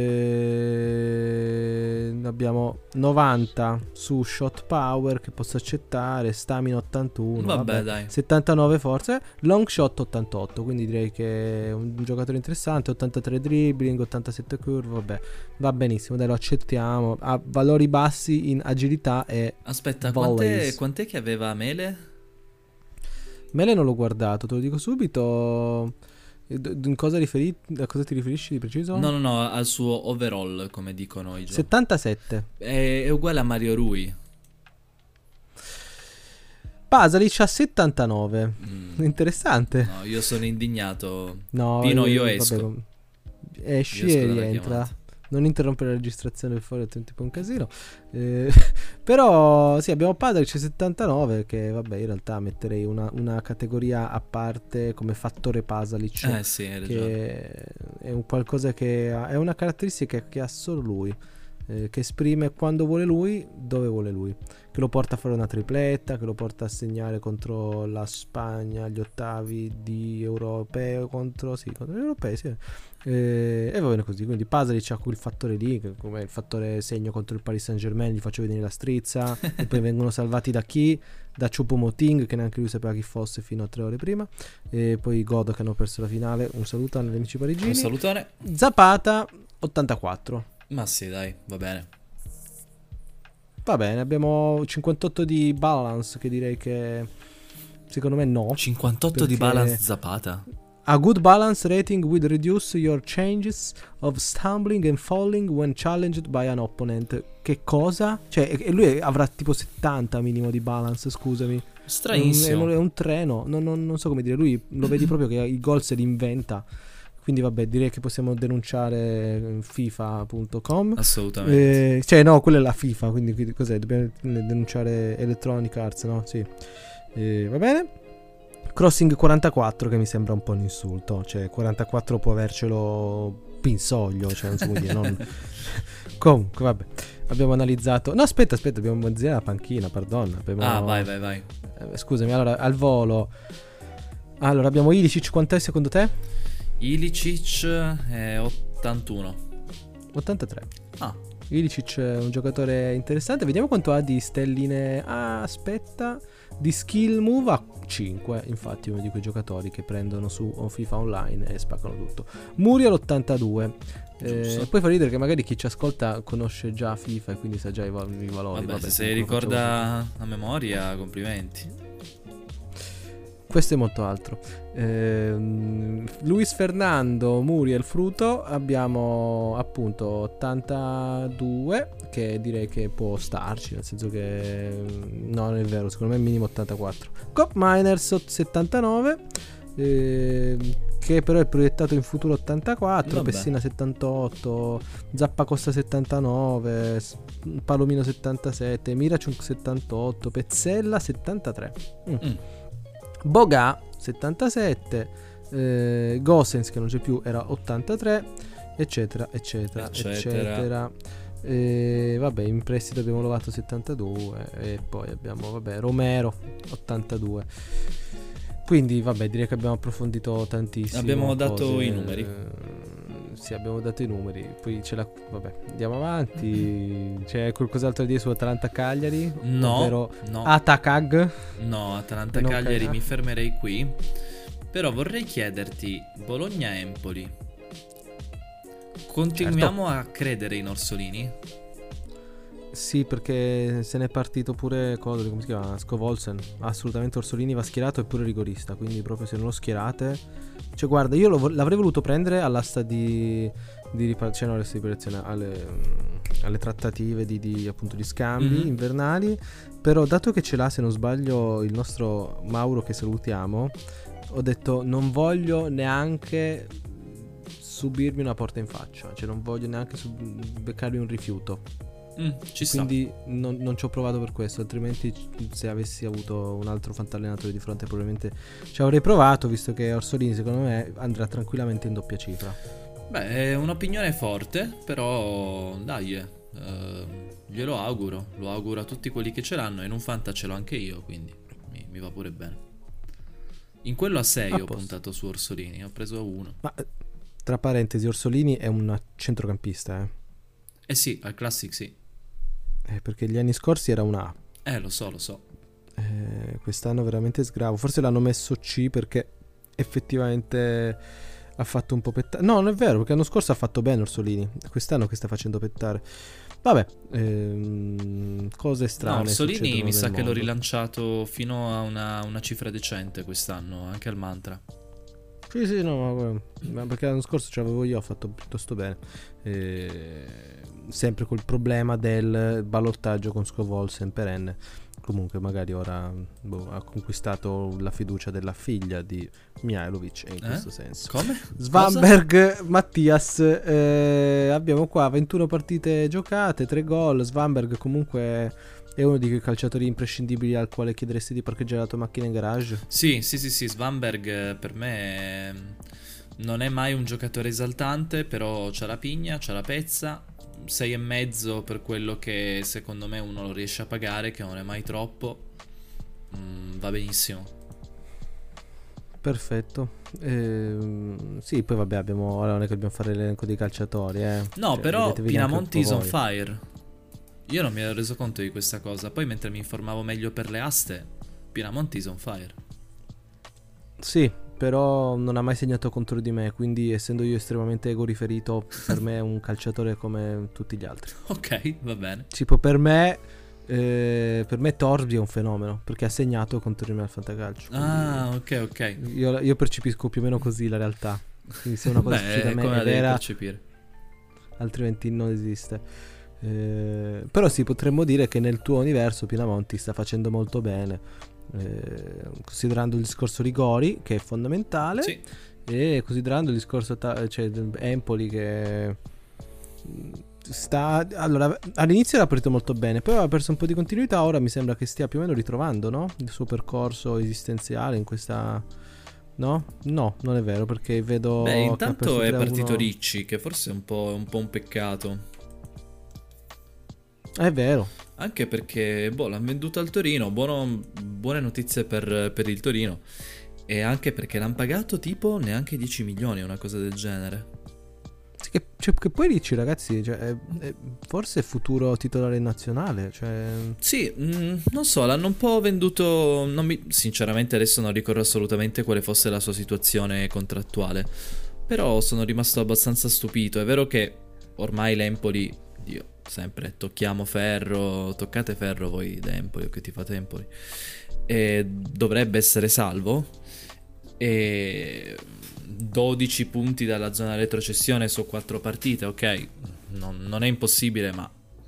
Eh, abbiamo novanta su shot power, che posso accettare. Stamina ottantuno. Vabbè, dai. settantanove forze. Long shot ottantotto, quindi direi che è un giocatore interessante. ottantatré dribbling, ottantasette curve. Vabbè, va benissimo, dai, lo accettiamo. Ha valori bassi in agilità e Aspetta, volleys. quant'è, quant'è che aveva Mele? Mele non l'ho guardato, te lo dico subito. Eh, d- d- in cosa riferi- a cosa ti riferisci di preciso? No, no, no, al suo overall, come dicono i giochi. settantasette. È, è uguale a Mario Rui. Pasalic a settantanove. Mm, Interessante. no, io sono indignato. No, Pino, eh, io vabbè, esco. com- esci Io esco e dalla rientra. chiamata. Non interrompere la registrazione, per favore, è un tipo un casino. Eh, però sì, abbiamo Pasalic settantanove, che vabbè, in realtà metterei una, una categoria a parte come fattore Pasalic. Eh sì, hai ragione. Che è un qualcosa che ha, è una caratteristica che ha solo lui. eh, che esprime quando vuole lui, dove vuole lui, che lo porta a fare una tripletta, che lo porta a segnare contro la Spagna agli ottavi di europeo, contro, sì, contro gli europei, sì. Eh, e va bene così, quindi Pasalic ha quel fattore lì, che come il fattore segno contro il Paris Saint-Germain, gli faccio vedere la strizza, e poi vengono salvati da chi? Da Choupo-Moting, che neanche lui sapeva chi fosse fino a tre ore prima, e poi Godo che hanno perso la finale. Un saluto agli amici parigini. Un salutone. Zapata ottantaquattro. Ma sì, dai, va bene. Va bene, abbiamo cinquantotto di balance, che direi che secondo me no. cinquantotto di balance Zapata. A good balance rating will reduce your chances of stumbling and falling when challenged by an opponent. Che cosa? Cioè, e lui avrà tipo settanta minimo di balance, scusami. Stranissimo. È un, è un treno, non, non, non so come dire. Lui lo vedi proprio che i gol se li inventa. Quindi vabbè, direi che possiamo denunciare FIFA punto com. Assolutamente. Eh, cioè no, quella è la FIFA, quindi, quindi cos'è? Dobbiamo denunciare Electronic Arts, no? Sì. Eh, va bene. Crossing quarantaquattro, che mi sembra un po' un insulto. Cioè quarantaquattro può avercelo Pinsoglio, cioè non so come dire. Non... Comunque vabbè, abbiamo analizzato. No, aspetta, aspetta, dobbiamo zero la panchina, pardon. Abbiamo... Ah, vai, vai, vai. Eh, scusami, allora al volo. Allora abbiamo Ilicic, quant'è secondo te? Ilicic è ottantuno. ottantatré. Ah. Ilicic è un giocatore interessante. Vediamo quanto ha di stelline. Ah, aspetta. Di skill move a cinque. Infatti uno di quei giocatori che prendono su FIFA Online e spaccano tutto. Muriel ottantadue. eh, Poi fa ridere che magari chi ci ascolta conosce già FIFA e quindi sa già i, val- i valori. Vabbè, Vabbè, se ricorda a memoria, complimenti. Questo è molto altro. ehm, Luis Fernando, Muriel, Fruto. Abbiamo appunto ottantadue, che direi che può starci, nel senso che no, non è vero, secondo me è minimo ottantaquattro. Cop Miners settantanove, eh, che però è proiettato in futuro ottantaquattro. Vabbè. Pessina settantotto, Zappacosta settantanove, Palomino settantasette, Miraciunk settantotto, Pezzella settantatré. mm. Mm. Boga settantasette, eh, Gosens che non c'è più era ottantatré, eccetera eccetera Eccetera. eccetera. Eh, vabbè, in prestito abbiamo Lovato settantadue e poi abbiamo vabbè Romero ottantadue. Quindi vabbè, direi che abbiamo approfondito tantissimo. Abbiamo dato cose. i numeri. Eh, sì, abbiamo dato i numeri. Poi c'è la vabbè, andiamo avanti. C'è qualcos'altro da dire su Atalanta Cagliari? No, Ovvero no. Atakag. No, Atalanta Non Cagliari cagare. mi fermerei qui. Però vorrei chiederti, Bologna-Empoli, continuiamo a credere in Orsolini? Sì, perché se n'è partito pure cosa, come si chiama? Scovolsen. Assolutamente Orsolini va schierato e pure rigorista. Quindi proprio se non lo schierate. Cioè guarda, io lo vo- l'avrei voluto prendere all'asta di, di ripartizione, no, all'asta di riparazione, alle, alle trattative di, di appunto di scambi Mhm. invernali. Però dato che ce l'ha, se non sbaglio, il nostro Mauro, che salutiamo, ho detto non voglio neanche subirmi una porta in faccia. Cioè non voglio neanche sub- beccarmi un rifiuto. Mm, ci sta. Quindi non, non ci ho provato per questo. Altrimenti, se avessi avuto un altro fantallenatore di fronte, probabilmente ci avrei provato, visto che Orsolini secondo me andrà tranquillamente in doppia cifra. Beh, è un'opinione forte, però dai, eh, glielo auguro. Lo auguro a tutti quelli che ce l'hanno. E in un fanta ce l'ho anche io, quindi mi, mi va pure bene. In quello a sei A ho posto. puntato su Orsolini, ho preso uno. Ma eh, tra parentesi, Orsolini è un centrocampista, eh? Eh sì, al Classic sì. Eh, perché gli anni scorsi era una A. Eh, lo so, lo so. Eh, quest'anno veramente sgravo. Forse l'hanno messo C perché effettivamente ha fatto un po' pettare. No, non è vero, perché l'anno scorso ha fatto bene Orsolini. Quest'anno che sta facendo pettare. Vabbè, ehm, cose strane. No, Orsolini succedono mi sa nel che l'ho mondo. rilanciato fino a una, una cifra decente quest'anno, anche al Mantra. Sì, sì, no, ma, ma perché l'anno scorso ce l'avevo io, ho fatto piuttosto bene. Eh, sempre col problema del ballottaggio con Scovolsen perenne. Comunque magari ora boh, ha conquistato la fiducia della figlia di Mihailovic, e in Eh? questo senso. Come? Svanberg, Mattias, eh, abbiamo qua ventuno partite giocate, tre gol. Svanberg comunque è uno di quei calciatori imprescindibili al quale chiederesti di parcheggiare la tua macchina in garage. Sì, sì, sì, sì, Svanberg eh, per me è- non è mai un giocatore esaltante, però c'ha la pigna, c'ha la pezza, sei e mezzo per quello che secondo me uno lo riesce a pagare, che non è mai troppo. Mm, va benissimo. Perfetto. Ehm, sì, poi vabbè, abbiamo, ora non è che dobbiamo fare l'elenco dei calciatori, eh. No, Cioè, però vedetevi neanche un Pinamonti is po' on voi. fire. Io non mi ero reso conto di questa cosa. Poi mentre mi informavo meglio per le aste, Pinamonti is on fire. Sì, però non ha mai segnato contro di me, quindi essendo io estremamente ego riferito, per me è un calciatore come tutti gli altri. Ok, va bene. Tipo per me, eh, per me Torbi è un fenomeno, perché ha segnato contro di me al fantacalcio. quindi Ah, ok, ok. Io, io percepisco più o meno così la realtà. Quindi se una cosa succede Beh, a me come è la devi vera, percepire? altrimenti non esiste. Eh, però sì, potremmo dire che nel tuo universo Pinamonti sta facendo molto bene, eh, considerando il discorso rigori, che è fondamentale, Sì. e considerando il discorso ta- cioè, Empoli, che mm, sta, allora, all'inizio era partito molto bene, poi aveva perso un po' di continuità. Ora mi sembra che stia più o meno ritrovando, no? Il suo percorso esistenziale in questa... No? No, non è vero, perché vedo Beh, che ha intanto perso è tre a uno. partito Ricci, che forse è un po', un po' un peccato. È vero. Anche perché, boh, l'hanno venduto al Torino. Buono, buone notizie per, per il Torino. E anche perché l'hanno pagato tipo neanche dieci milioni, una cosa del genere. Sì, Che, cioè, che poi dici, ragazzi, cioè, è- è- forse è futuro titolare nazionale. Cioè, Sì, mm, non so, l'hanno un po' venduto. Non mi- sinceramente adesso non ricordo assolutamente quale fosse la sua situazione contrattuale. Però sono rimasto abbastanza stupito. È vero che ormai l'Empoli, Dio, sempre tocchiamo ferro, toccate ferro voi d'Empoli o che ti fate Empoli. E dovrebbe essere salvo. E dodici punti dalla zona retrocessione su quattro partite, ok. Non, non è impossibile, ma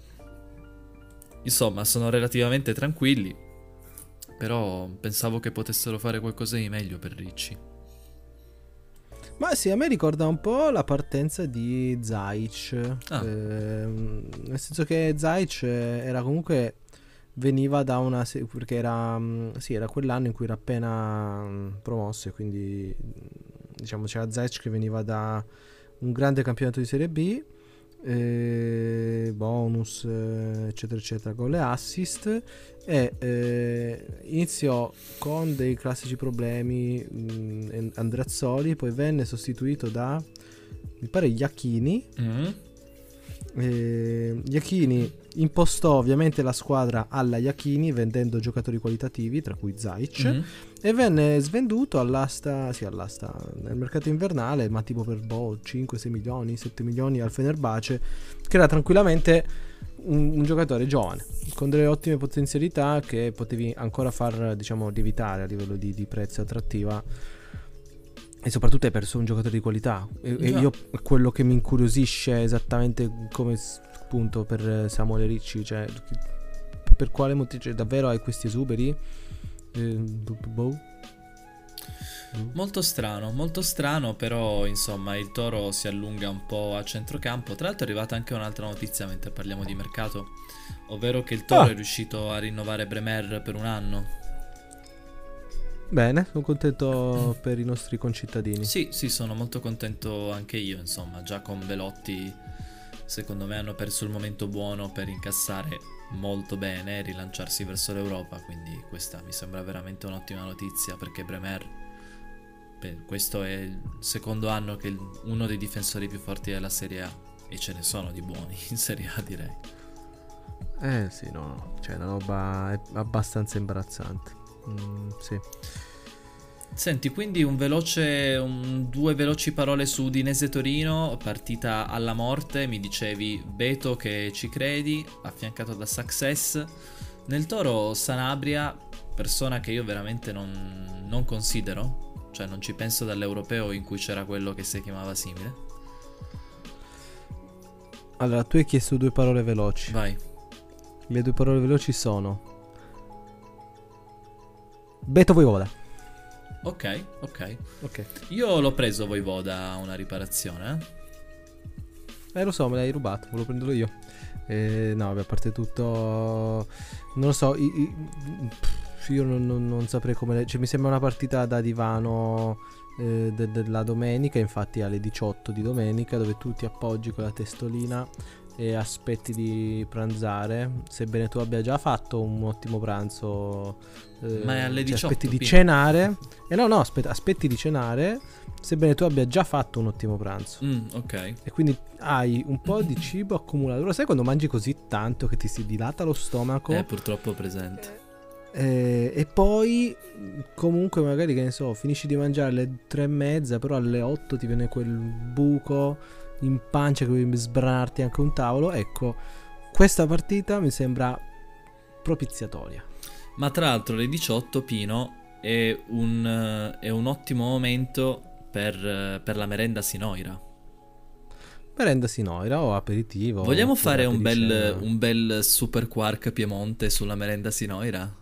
insomma, sono relativamente tranquilli. Però pensavo che potessero fare qualcosa di meglio per Ricci. ma sì, a me ricorda un po' la partenza di Zaic. Ah. Ehm, nel senso che Zaic eh, era comunque. Veniva da una. se- Perché era. mm, Sì, era quell'anno in cui era appena mm, promosso. E quindi. mm, Diciamo, c'era Zaic che veniva da un grande campionato di Serie B. eh, bonus, eh, eccetera, eccetera, con le assist. E eh, iniziò con dei classici problemi. mm, Andreazzoli. Poi venne sostituito da. Mi pare Iachini. Mm. Eh, Iachini impostò ovviamente la squadra alla Iachini vendendo giocatori qualitativi tra cui Zaic Mhm. e venne svenduto all'asta, sì, all'asta nel mercato invernale, ma tipo per boh, cinque sei milioni, sette milioni al Fenerbahce, che era tranquillamente un, un giocatore giovane con delle ottime potenzialità che potevi ancora far, diciamo, lievitare a livello di, di prezzo attrattiva. E soprattutto hai perso un giocatore di qualità. E, e Già. io quello che mi incuriosisce è esattamente come s- appunto per Samuele Ricci, cioè chi- per quale motivo, cioè, davvero hai questi esuberi? Eh, boh, boh. Molto strano, molto strano, però insomma il Toro si allunga un po' a centrocampo. Tra l'altro è arrivata anche un'altra notizia mentre parliamo di mercato, ovvero che il Toro Ah. è riuscito a rinnovare Bremer per un anno. Bene, sono contento per i nostri concittadini. Sì, sì, sono molto contento anche io, insomma, già con Belotti secondo me hanno perso il momento buono per incassare molto bene e rilanciarsi verso l'Europa, quindi questa mi sembra veramente un'ottima notizia perché Bremer, beh, questo è il secondo anno che è uno dei difensori più forti della Serie A e ce ne sono di buoni in Serie A, direi. Eh sì, no, no, cioè una roba è abbastanza imbarazzante. Mm, sì. Senti, quindi un veloce, un- due veloci parole su Udinese Torino, partita alla morte, mi dicevi Beto che ci credi, affiancato da Success. Nel Toro Sanabria, persona che io veramente non, non considero, cioè non ci penso dall'europeo in cui c'era quello che si chiamava simile. Allora, tu hai chiesto due parole veloci. Vai. Le due parole veloci sono Beto Voivoda. Ok, ok. Ok. Io l'ho preso Voivoda a una riparazione, eh? Eh lo so, me l'hai rubato, volevo prenderlo io. Eh, no, vabbè, a parte tutto, non lo so, i- i- pff, io non, non- non saprei come... le- Cioè, mi sembra una partita da divano eh, de- della domenica, infatti alle diciotto di domenica, dove tu ti appoggi con la testolina e aspetti di pranzare, sebbene tu abbia già fatto un ottimo pranzo, eh, Ma è alle cioè diciotto, aspetti di Pino. cenare, e no no aspetta, aspetti di cenare sebbene tu abbia già fatto un ottimo pranzo. Mm, ok. E quindi hai un po' di cibo accumulato. Lo sai quando mangi così tanto che ti si dilata lo stomaco? È purtroppo presente. Eh, e poi comunque magari, che ne so, finisci di mangiare alle tre e mezza, però alle otto ti viene quel buco in pancia che devi sbranarti anche un tavolo. Ecco, questa partita mi sembra propiziatoria. Ma tra l'altro le diciotto, Pino, è un, eh, è un ottimo momento per, eh, per la merenda sinoira. Merenda sinoira o aperitivo. Vogliamo oppure fare un bel, apericena. un bel super quark Piemonte sulla merenda sinoira?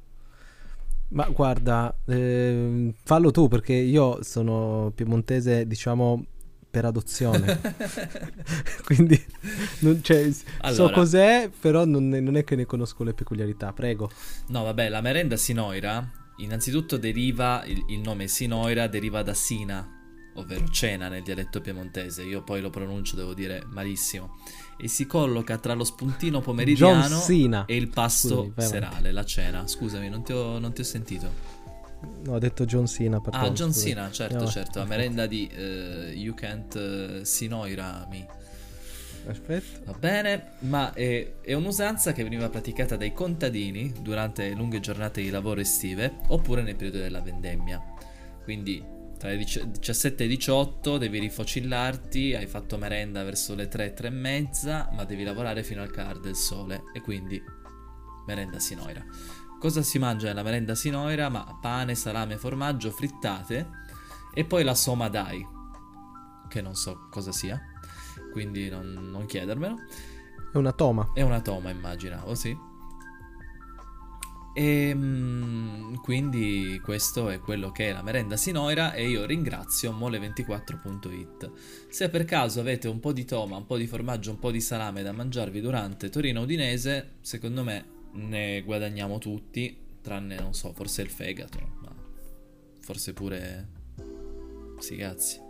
Ma guarda, ehm, fallo tu, perché io sono piemontese, diciamo, per adozione. Quindi non, cioè, so Allora. cos'è, però non, ne- non è che ne conosco le peculiarità. Prego. No, vabbè, la merenda sinoira, innanzitutto deriva, il, il nome sinoira deriva da sina, ovvero cena nel dialetto piemontese. Io poi lo pronuncio, devo dire, malissimo. E si colloca tra lo spuntino John pomeridiano Cena. e il pasto Scusami, vai avanti. serale, la cena. Scusami, non ti ho, non ti ho sentito. No, ho detto John Cena. Perdono, Ah, John scusami. Cena, certo, No, certo. La merenda di eh, You Can't eh, Sinoira Me. Aspetta. Va bene, ma è, è un'usanza che veniva praticata dai contadini durante le lunghe giornate di lavoro estive oppure nel periodo della vendemmia. Quindi tra le diciassette e diciotto devi rifocillarti, hai fatto merenda verso le tre, tre e mezza, ma devi lavorare fino al calar del sole e quindi merenda sinoira. Cosa si mangia nella merenda sinoira? Ma pane, salame, formaggio, frittate e poi la soma dai, che non so cosa sia, quindi non, non chiedermelo. È una toma. È una toma, immaginavo, sì. E mm, quindi questo è quello che è la merenda sinoira e io ringrazio mole ventiquattro punto it. Se per caso avete un po' di toma, un po' di formaggio, un po' di salame da mangiarvi durante Torino Udinese, secondo me ne guadagniamo tutti, tranne, non so, forse il fegato, ma forse pure sì, cazzi.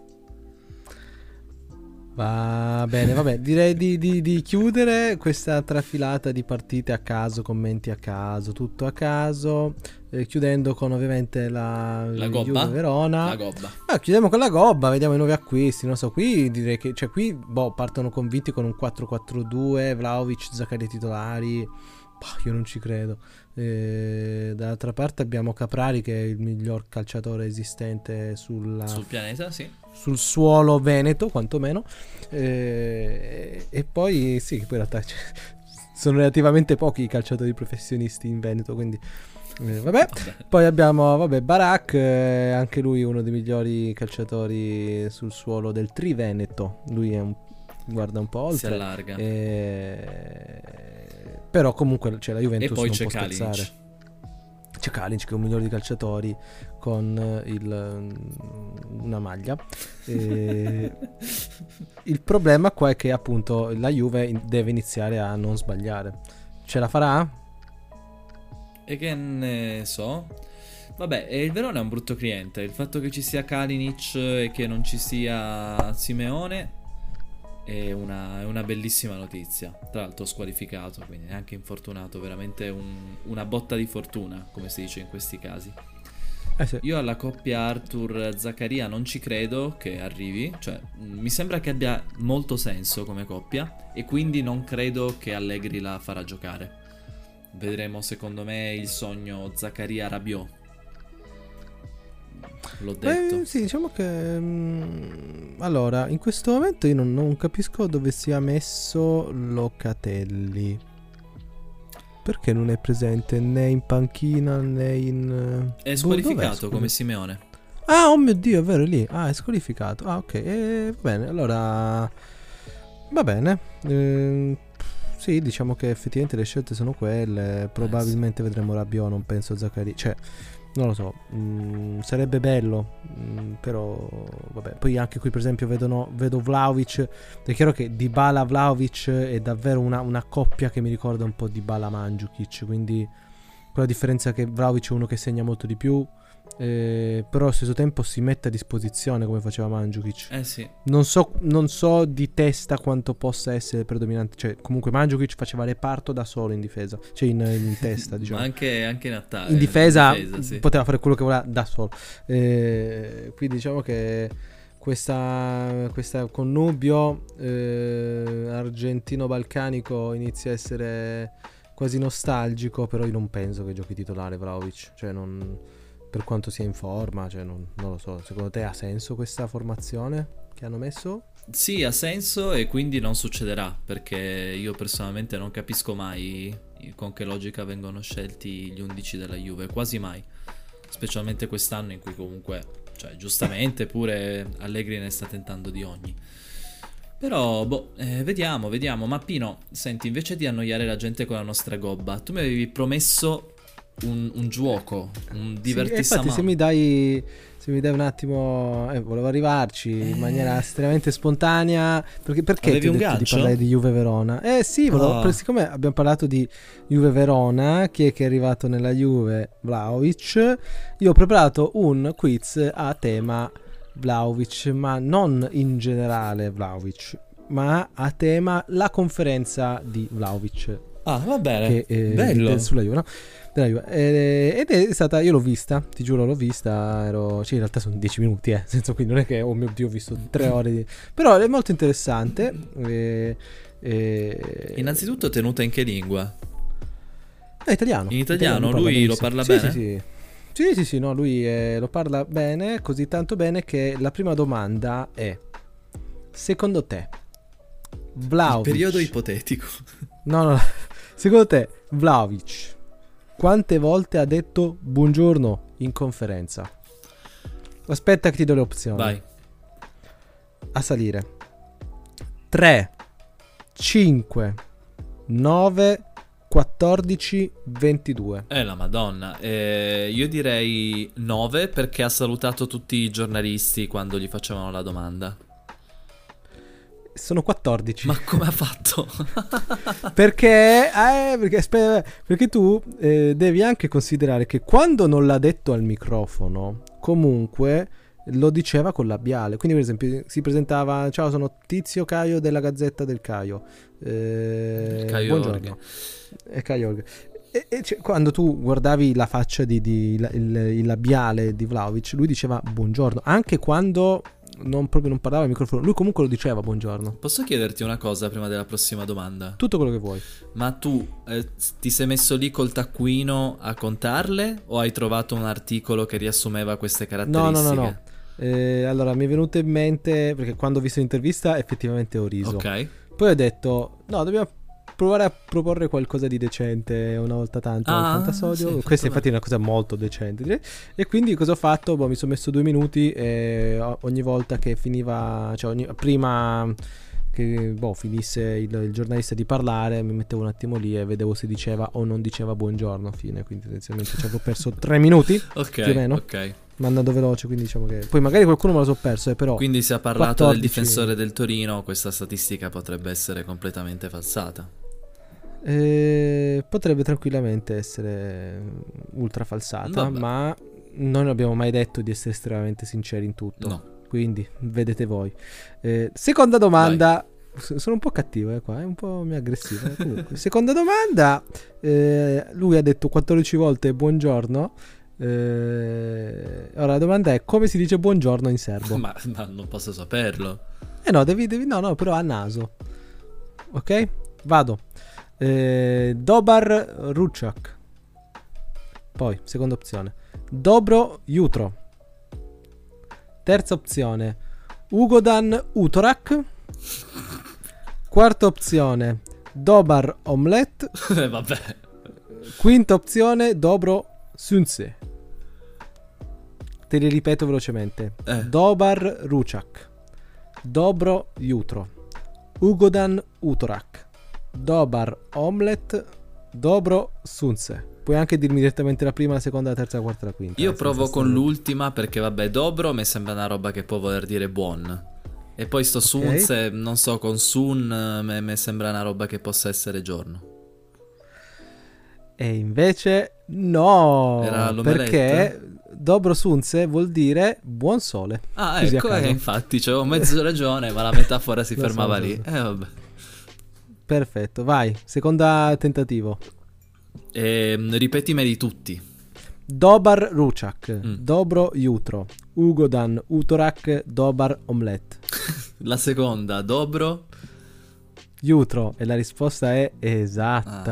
Va bene, vabbè, direi di, di- di chiudere questa trafilata di partite a caso, commenti a caso, tutto a caso, eh, chiudendo con ovviamente la, La Juve gobba? Verona. La gobba. Ah, chiudiamo con la gobba, vediamo i nuovi acquisti, non so, qui direi che, cioè qui, boh, partono convinti con un quattro quattro due, Vlahovic, Zaccaria titolari, boh, io non ci credo. Eh, dall'altra parte abbiamo Caprari, che è il miglior calciatore esistente sulla Sul pianeta, sì. sul suolo veneto, quantomeno. Eh, e poi sì, poi in realtà cioè, sono relativamente pochi i calciatori professionisti in Veneto, quindi eh, vabbè. Vabbè. Poi abbiamo vabbè, Barak, eh, anche lui uno dei migliori calciatori sul suolo del Triveneto. Lui è un, guarda un po' Si oltre. allarga. Eh, però comunque c'è la Juventus, E poi non c'è può Kalinic. scherzare. C'è Kalinic, che è un migliore di calciatori, con eh, il, una maglia. E il problema qua è che appunto la Juve in- deve iniziare a non sbagliare. Ce la farà? E che ne so. Vabbè, e il Verona è un brutto cliente. Il fatto che ci sia Kalinic e che non ci sia Simeone è una, è una bellissima notizia. Tra l'altro squalificato, quindi neanche infortunato. Veramente un- una botta di fortuna, come si dice in questi casi. Eh sì. Io alla coppia Arthur-Zaccaria non ci credo che arrivi. Cioè, mh, mi sembra che abbia molto senso come coppia. E quindi non credo che Allegri la farà giocare. Vedremo, secondo me, il sogno Zaccaria-Rabiot. L'ho detto. Beh, sì, diciamo che mm, allora, in questo momento io non, non capisco dove sia messo Locatelli. Perché non è presente né in panchina né in... È boh, squalificato dov'è? come Simeone. Ah, oh mio Dio, è vero, è lì. Ah, è squalificato. Ah, ok. Eh, va bene, allora... Va bene. Ehm, sì, diciamo che effettivamente le scelte sono quelle. Probabilmente vedremo Rabiot, non penso Zaccaria. Cioè, non lo so. mm, sarebbe bello. mm, però, vabbè. Poi anche qui, per esempio, vedono, vedo Vlahovic. È chiaro che Dybala-Vlahovic è davvero una, una coppia che mi ricorda un po' Dybala-Mandzukic. Quindi, con la differenza che Vlahovic è uno che segna molto di più eh, però allo stesso tempo si mette a disposizione come faceva Mandžukić. Eh sì. Non so, non so di testa quanto possa essere predominante, cioè comunque Mandžukić faceva reparto da solo in difesa, cioè in, in testa diciamo. Ma anche, anche in attacco. In difesa, in difesa sì. poteva fare quello che voleva da solo, eh, quindi diciamo che questa, questa connubio eh, argentino-balcanico inizia a essere quasi nostalgico, però io non penso che giochi titolare Vlahović, cioè non, per quanto sia in forma, cioè non, non lo so, secondo te ha senso questa formazione che hanno messo? Sì, ha senso e quindi non succederà, perché io personalmente non capisco mai con che logica vengono scelti gli undici della Juve, quasi mai, specialmente quest'anno in cui comunque, cioè giustamente pure Allegri ne sta tentando di ogni. Però, boh, eh, vediamo, vediamo. Ma Pino, senti, invece di annoiare la gente con la nostra gobba, tu mi avevi promesso un, un gioco, un Sì, divertissement. infatti se mi dai se mi dai un attimo, eh, volevo arrivarci in maniera estremamente spontanea, perché, perché Avevi ti ho un detto di gancio? parlare di Juve Verona? Eh sì, volevo, Ah. per- siccome abbiamo parlato di Juve Verona, chi è che è arrivato nella Juve? Vlahović. Io ho preparato un quiz a tema Vlahović, ma non in generale Vlahović, ma a tema la conferenza di Vlahović. Ah, va bene, Che, eh, bello. di- sulla Juve, no? Della Juve. Eh, ed è stata, io l'ho vista, ti giuro, l'ho vista. Ero, cioè, in realtà sono dieci minuti, eh. Nel senso, quindi non è che, oh mio Dio, ho visto tre ore di... Però è molto interessante. Eh, eh, Innanzitutto tenuta in che lingua? È italiano. In italiano? parla Lui lo benissimo. parla Sì, bene? Sì, sì. Sì, sì, sì, no, lui eh, lo parla bene, così tanto bene che la prima domanda è: secondo te Vlahović... Il periodo ipotetico. No, no, secondo te Vlahović quante volte ha detto buongiorno in conferenza? Aspetta che ti do le opzioni. Vai. A salire: tre, cinque, nove, quattordici, ventidue. Eh la madonna, eh, io direi nove perché ha salutato tutti i giornalisti quando gli facevano la domanda. Sono quattordici. Ma come ha fatto? Perché, eh, perché, aspe- perché tu eh, devi anche considerare che quando non l'ha detto al microfono, comunque lo diceva con labiale. Quindi, per esempio, si presentava: ciao, sono Tizio Caio della Gazzetta del Caio. Eh, Caio buongiorno. Orghe. E Caio Orghe. E, e cioè, quando tu guardavi la faccia di, di il, il, il labiale di Vlahović, lui diceva buongiorno, anche quando non proprio non parlava al microfono, lui comunque lo diceva buongiorno. Posso chiederti una cosa prima della prossima domanda? Tutto quello che vuoi. Ma tu eh, ti sei messo lì col taccuino a contarle o hai trovato un articolo che riassumeva queste No, caratteristiche? no, no, no. Eh, allora mi è venuto in mente, perché quando ho visto l'intervista effettivamente ho riso. Ok. Poi ho detto: no, dobbiamo provare a proporre qualcosa di decente una volta tanto Ah, al Fantasodio. sì, Questa fatto infatti è una cosa molto decente, direi. E quindi cosa ho fatto? Boh, mi sono messo due minuti e o- ogni volta che finiva, cioè ogni- prima che boh, finisse il, il giornalista di parlare, mi mettevo un attimo lì e vedevo se diceva o non diceva buongiorno. Fine, quindi tendenzialmente ci avevo perso tre minuti Ok, più o meno, ok. mandando veloce, quindi diciamo che poi magari qualcuno me lo so perso, eh, però Quindi se ha parlato quattordici. del difensore del Torino, questa statistica potrebbe essere completamente falsata. Eh, potrebbe tranquillamente essere ultra falsata, Vabbè. ma non abbiamo mai detto di essere estremamente sinceri in tutto. No. Quindi vedete voi. Eh, seconda domanda. S- Sono un po' cattivo, eh, qua, è un po' mi aggressivo. eh, comunque. Seconda domanda. eh, lui ha detto quattordici volte buongiorno. Eh, ora la domanda è: come si dice buongiorno in serbo? Ma, ma non posso saperlo. Eh no, devi, devi, no, no, però a naso. Ok? Vado. Eh, Dobar Ručak. Poi, seconda opzione. Dobro Jutro. Terza opzione. Ugodan Utorak. Quarta opzione. Dobar Omelette. Eh, Vabbè. Quinta opzione. Dobro Sunse. Te li ripeto velocemente. Eh. Dobar Ručak. Dobro Jutro. Ugodan Utorak. Dobar Omelette. Dobro Sunse. Puoi anche dirmi direttamente la prima, la seconda, la terza, la quarta e la quinta. Io eh, provo senza con stare- l'ultima perché vabbè, dobro mi sembra una roba che può voler dire buon. E poi sto Sunze, non so, con Sun mi sembra una roba che possa essere giorno. E invece no, Era l'omelette? perché Dobro Sunse vuol dire buon sole. Ah, Così a ecco, caso. eh, infatti c'avevo mezzo ragione, ma la metafora si Lo so, fermava lo so, lì. lo so. Eh, vabbè. Perfetto, vai, seconda tentativo. Ehm, ripetimeli tutti. Dobar Ručak, Mm. Dobro Jutro, Ugodan Utorak, Dobar Omelette. La seconda, Dobro. Jutro, e la risposta è esatta.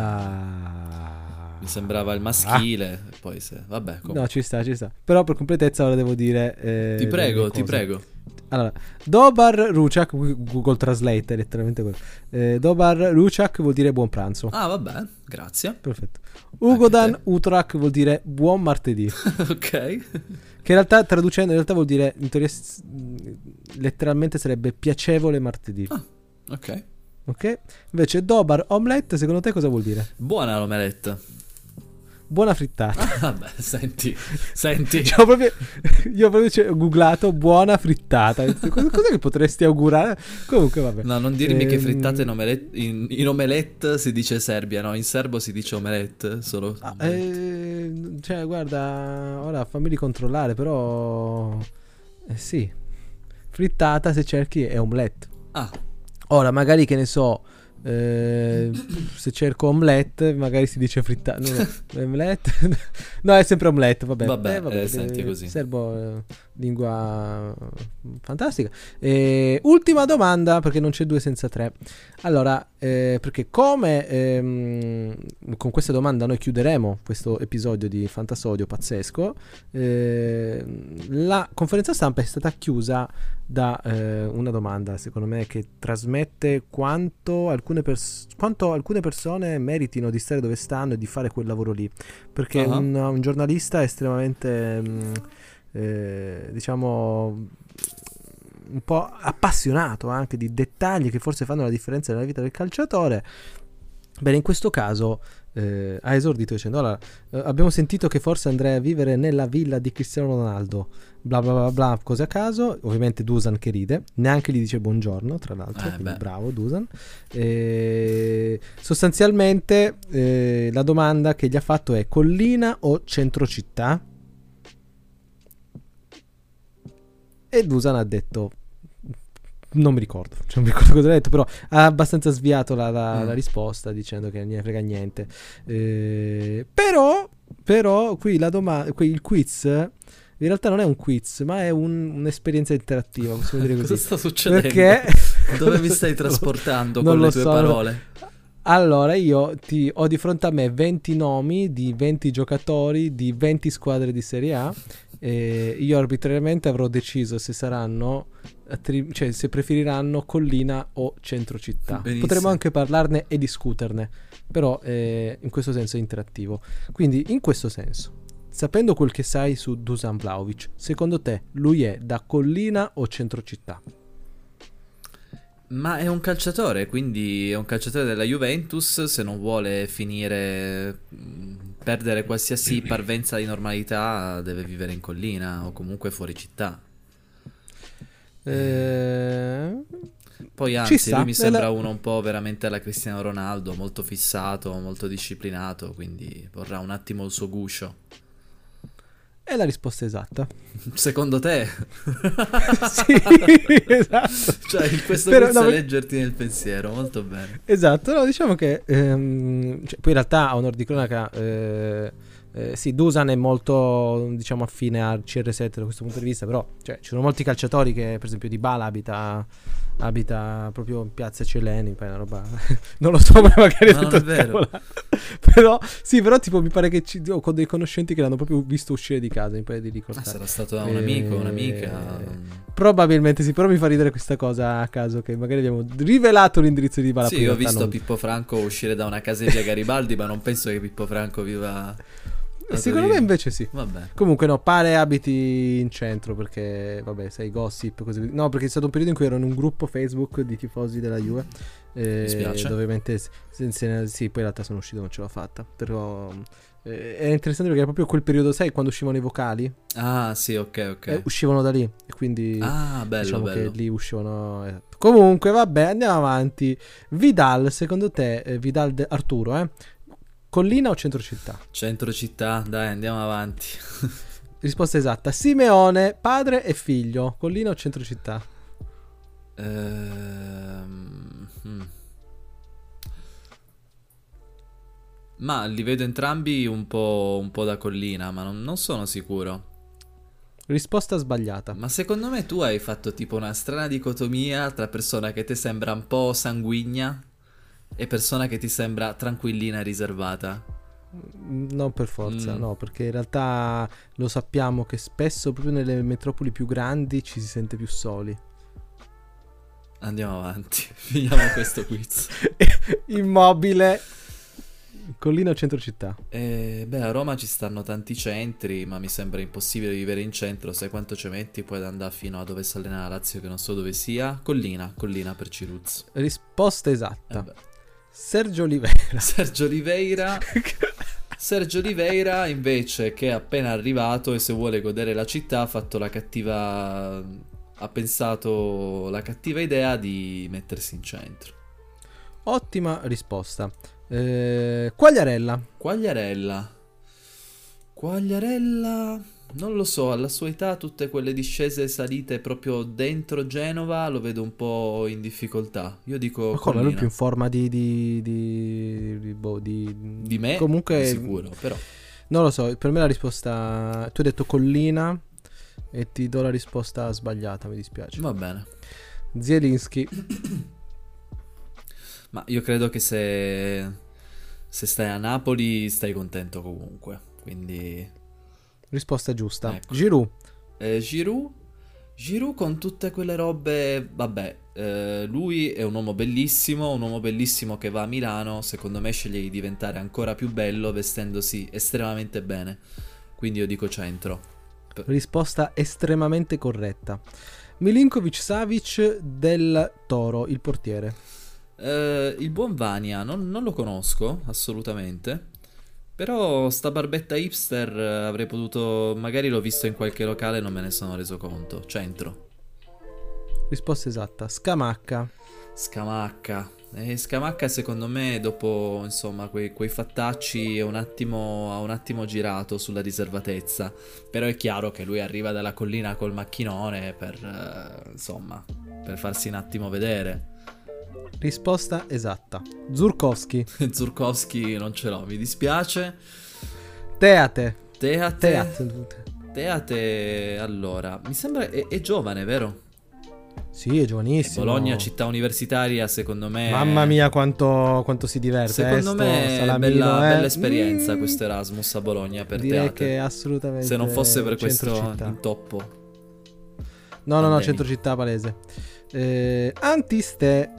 Ah, mi sembrava il maschile. e Poi se. Vabbè, comunque. No, ci sta, ci sta. Però per completezza ora devo dire... eh, Ti prego, delle ti cose. prego. Allora, Dobar Ručak, Google Translate è letteralmente quello. Eh, Dobar Ručak vuol dire buon pranzo. Ah, vabbè, grazie. Perfetto. Ugodan te. Utorak vuol dire buon martedì. Ok. Che in realtà, traducendo, in realtà vuol dire, in teoria, s- letteralmente sarebbe piacevole martedì. Ah, ok. Ok? Invece Dobar Omelette, secondo te cosa vuol dire? Buona l'omelette. Buona frittata. Ah, vabbè, senti, senti. Cioè, ho proprio, io ho proprio cioè, ho googlato buona frittata. Cosa, cos'è che potresti augurare? Comunque, vabbè. No, non dirmi che Ehm, frittate in omelette, in, in omelette si dice Serbia, no? In serbo si dice omelette, solo ah, omelette. eh, cioè, guarda, ora fammi ricontrollare, però... Eh, sì. Frittata, se cerchi, è omelette. Ah, Ora, magari che ne so, eh, se cerco omelette, magari si dice frittata. No, no, omelette. No, è sempre omelette. Vabbè, Vabbè, eh, senti così. Serbo, eh, lingua fantastica. E, ultima domanda, perché non c'è due senza tre. Allora, eh, perché come ehm, con questa domanda noi chiuderemo questo episodio di Fantasodio pazzesco, eh, la conferenza stampa è stata chiusa da eh, una domanda, secondo me, che trasmette quanto alcune, pers- quanto alcune persone meritino di stare dove stanno e di fare quel lavoro lì, perché uh-huh. un, un giornalista estremamente mh, eh, diciamo un po' appassionato anche di dettagli che forse fanno la differenza nella vita del calciatore. Bene, in questo caso eh, ha esordito dicendo: allora, eh, abbiamo sentito che forse andrei a vivere nella villa di Cristiano Ronaldo, bla bla bla bla, cose a caso. Ovviamente Dusan che ride, neanche gli dice buongiorno, tra l'altro, Eh, quindi beh. bravo Dusan. E sostanzialmente eh, la domanda che gli ha fatto è: collina o centro città? E Dusan ha detto: non mi ricordo, cioè, non mi ricordo cosa ha detto, però ha abbastanza sviato la, la, Mm. la risposta dicendo che non gliene frega niente. Eh, però, però qui la domanda, qui il quiz in realtà non è un quiz, ma è un- un'esperienza interattiva, possiamo dire cosa così. sta succedendo? Perché Dove mi stai trasportando Non con lo le tue so. parole? Allora, io ti, ho di fronte a me venti nomi di venti giocatori di venti squadre di Serie A. E io arbitrariamente avrò deciso se saranno, attri- cioè se preferiranno collina o centro città. Benissimo. Potremmo anche parlarne e discuterne, però eh, in questo senso è interattivo. Quindi, in questo senso, sapendo quel che sai su Dusan Vlahovic, secondo te lui è da collina o centro città? Ma è un calciatore, quindi è un calciatore della Juventus, se non vuole finire, mh, perdere qualsiasi parvenza di normalità, deve vivere in collina o comunque fuori città. Eh... Poi Ci anzi, sta, lui mi e sembra la- uno un po' veramente alla Cristiano Ronaldo, molto fissato, molto disciplinato, quindi vorrà un attimo il suo guscio. È la risposta esatta. Secondo te? Sì, esatto. Cioè, in questo Però, quiz no, a per- leggerti nel pensiero, molto bene. Esatto, no, diciamo che ehm, cioè, poi in realtà a onor di cronaca eh, eh, sì, Dusan è molto, diciamo, affine al C R sette da questo punto di vista, però cioè, ci sono molti calciatori che, per esempio, Dybala abita abita proprio in piazza Celeni, poi è una roba non lo so, ma magari No, ho non detto è vero. cavolate. Però sì, però tipo mi pare che ci, ho con dei conoscenti che l'hanno proprio visto uscire di casa, mi pare di Ah, ricordare. sarà stato un amico, Eh, un'amica. Probabilmente sì, però mi fa ridere questa cosa a caso che magari abbiamo rivelato l'indirizzo di Dybala. Sì, poi in ho realtà visto non- Pippo Franco uscire da una casa in via Garibaldi, ma non penso che Pippo Franco viva a Secondo me Torino. invece sì. Vabbè. Comunque no, pare abiti in centro perché, vabbè, sai, gossip, così via. No, perché è stato un periodo in cui ero in un gruppo Facebook di tifosi della Juve. Eh, Mi spiace. dove ovviamente, se- se- sì, poi in realtà sono uscito, non ce l'ho fatta. Però eh, è interessante perché era proprio quel periodo, sai, quando uscivano i vocali, Ah, sì, ok, ok. eh, uscivano da lì. E quindi Ah, bello, diciamo bello. che lì uscivano. esatto. Comunque, vabbè, andiamo avanti. Vidal, secondo te, eh, Vidal de- Arturo, eh? Collina o centro città? Centro città, dai, andiamo avanti. Risposta esatta. Simeone, padre e figlio. Collina o centro città? Ehm, hmm. Ma li vedo entrambi un po', un po' da collina, ma non, non sono sicuro. Risposta sbagliata. Ma secondo me tu hai fatto tipo una strana dicotomia tra persona che ti sembra un po' sanguigna e persona che ti sembra tranquillina e riservata. Non per forza, Mm. no, perché in realtà lo sappiamo che spesso proprio nelle metropoli più grandi ci si sente più soli. Andiamo avanti, finiamo questo quiz. Immobile. Collina o centro città? Eh, beh, a Roma ci stanno tanti centri, ma mi sembra impossibile vivere in centro. Sai quanto ci metti? Puoi andare fino a dove si allena la Lazio, che non so dove sia. Collina, collina per Ciruzzi. Risposta Eh esatta. beh. Sergio Oliveira. Sergio Oliveira. Sergio Oliveira invece, che è appena arrivato e se vuole godere la città, ha fatto la cattiva... ha pensato la cattiva idea di mettersi in centro. Ottima risposta. Eh, Quagliarella. Quagliarella. Quagliarella, non lo so, alla sua età tutte quelle discese e salite proprio dentro Genova lo vedo un po' in difficoltà. Io dico Ma come, lui collina. più in forma di... di, di, di, boh, di... Di me, Comunque, di sicuro, però. non lo so, per me la risposta... Tu hai detto collina e ti do la risposta sbagliata, mi dispiace. Va bene. Zielinski. Ma io credo che se, se stai a Napoli stai contento comunque. Quindi Risposta giusta. ecco. Giroud. eh, Giroud Giroud con tutte quelle robe. Vabbè, eh, lui è un uomo bellissimo. Un uomo bellissimo che va a Milano. Secondo me sceglie di diventare ancora più bello vestendosi estremamente bene. Quindi io dico centro. Risposta estremamente corretta. Milinkovic Savic del Toro, il portiere. Eh, il buon Vania non, non lo conosco assolutamente. Però sta barbetta hipster eh, avrei potuto. Magari l'ho visto in qualche locale e non me ne sono reso conto. Centro. Risposta esatta. Scamacca. Scamacca. E Scamacca secondo me dopo insomma quei, quei fattacci è un attimo, ha un attimo girato sulla riservatezza. Però è chiaro che lui arriva dalla collina col macchinone per eh, insomma per farsi un attimo vedere. Risposta esatta. Zurkowski. Zurkowski non ce l'ho, mi dispiace. Teate. Teate. Teate. Teate, allora, mi sembra è, è giovane, vero? Sì, è giovanissimo. Bologna, città universitaria, secondo me. Mamma mia quanto, quanto si diverte. Secondo eh, me sto è Salamino, bella, eh. bella esperienza Mm, questo Erasmus a Bologna per direi Teate. che assolutamente. Se non fosse per questo centrocittà. intoppo. No, no, no, Pandemico. centro città palese. Eh, Antiste.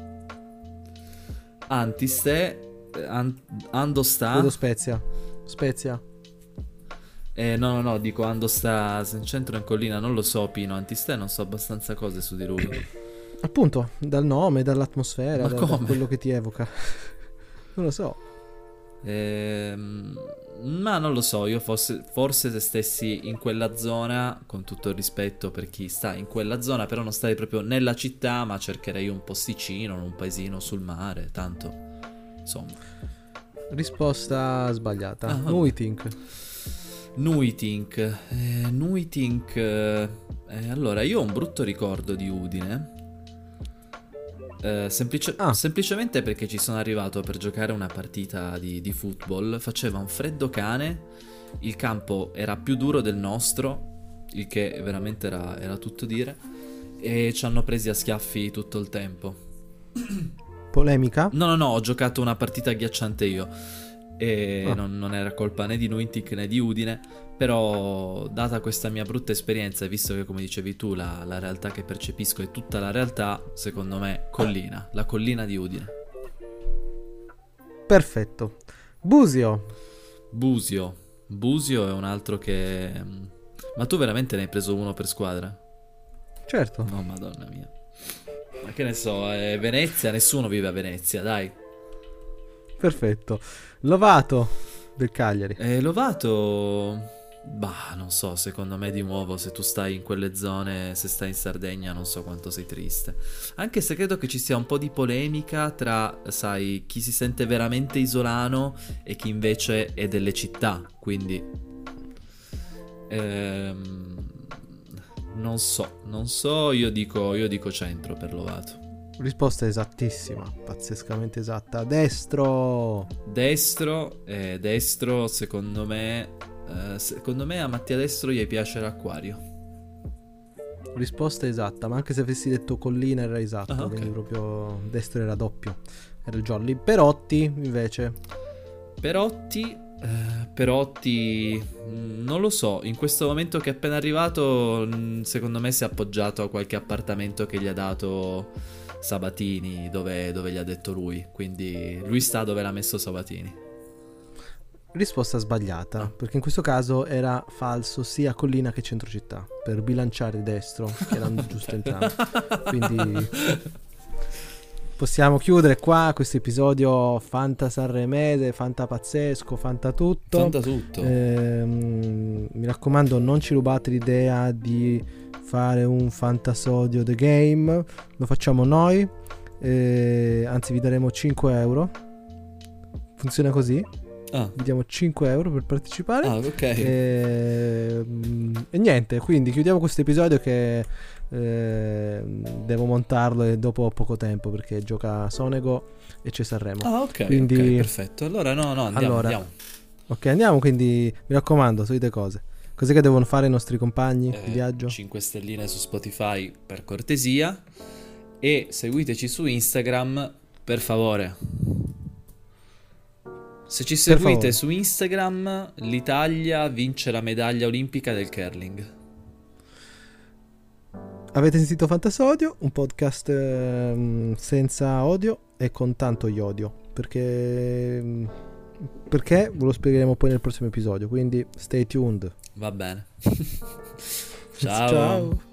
Antiste, eh, an- Ando sta. Vedo Spezia. Spezia. Eh, no, no, no, dico Ando sta in centro in collina, non lo so, Pino. Antiste non so abbastanza cose su di lui. Appunto, dal nome, dall'atmosfera, Ma da, da come? quello che ti evoca. Non lo so. Ehm, ma non lo so, io forse, forse se stessi in quella zona, con tutto il rispetto per chi sta in quella zona, però non starei proprio nella città, ma cercherei un posticino, un paesino sul mare, tanto, insomma. Risposta sbagliata. Ah, vabbè. Nuitink. Nuitink, eh, Nuitink, eh, eh, allora io ho un brutto ricordo di Udine. Eh, semplice- Ah. Semplicemente perché ci sono arrivato per giocare una partita di, di football. Faceva un freddo cane. Il campo era più duro del nostro, il che veramente era, era tutto dire. E ci hanno presi a schiaffi tutto il tempo. Polemica. No, no, no, ho giocato una partita agghiacciante io. E Ah. non, non era colpa né di Nuitink né di Udine. Però, data questa mia brutta esperienza, e visto che, come dicevi tu, la, la realtà che percepisco è tutta la realtà, secondo me, collina, la collina di Udine. Perfetto. Busio. Busio. Busio è un altro che... Ma tu veramente ne hai preso uno per squadra? Certo. No, madonna mia. Ma che ne so, è Venezia, nessuno vive a Venezia, dai. Perfetto. Lovato del Cagliari. Eh, Lovato... Bah, non so, secondo me di nuovo se tu stai in quelle zone, se stai in Sardegna, non so quanto sei triste. Anche se credo che ci sia un po' di polemica tra, sai, chi si sente veramente isolano e chi invece è delle città, quindi ehm, non so, non so, io dico, io dico centro per Lovato. Risposta esattissima, pazzescamente esatta. Destro. Destro, eh, destro secondo me, eh, secondo me a Mattia Destro gli piace l'acquario. Risposta esatta, ma anche se avessi detto collina era esatto, Ah, ok. quindi proprio destro era doppio, era il jolly. Perotti invece. Perotti, eh, Perotti, mh, non lo so, in questo momento che è appena arrivato, mh, secondo me si è appoggiato a qualche appartamento che gli ha dato Sabatini, dove, dove gli ha detto lui, quindi lui sta dove l'ha messo Sabatini. Risposta sbagliata, Ah. perché in questo caso era falso sia collina che centro città, per bilanciare destro, che erano giuste entrambe. Quindi possiamo chiudere qua questo episodio Fanta Sanremese, Fanta pazzesco, Fanta tutto. Fanta tutto. Ehm, mi raccomando, non ci rubate l'idea di fare un Fantasodio The Game, lo facciamo noi, eh, anzi vi daremo cinque euro. Funziona così, Ah, vi diamo cinque euro per partecipare. ah, ok. E, e niente, quindi chiudiamo questo episodio che eh, devo montarlo e dopo poco tempo perché gioca Sonego e c'è Sanremo. Ah, ok, quindi- ok, perfetto. Allora no, no, andiamo, Allora, andiamo. Ok, andiamo, quindi mi raccomando, solite cose. Cos'è che devono fare i nostri compagni Eh, di viaggio? cinque stelline su Spotify per cortesia e seguiteci su Instagram per favore. Se ci seguite favore. su Instagram, l'Italia vince la medaglia olimpica del curling. Avete sentito Fantasodio, un podcast ehm, senza odio e con tanto iodio, perché perché ve lo spiegheremo poi nel prossimo episodio, quindi stay tuned. Va bene. Ciao. Ciao.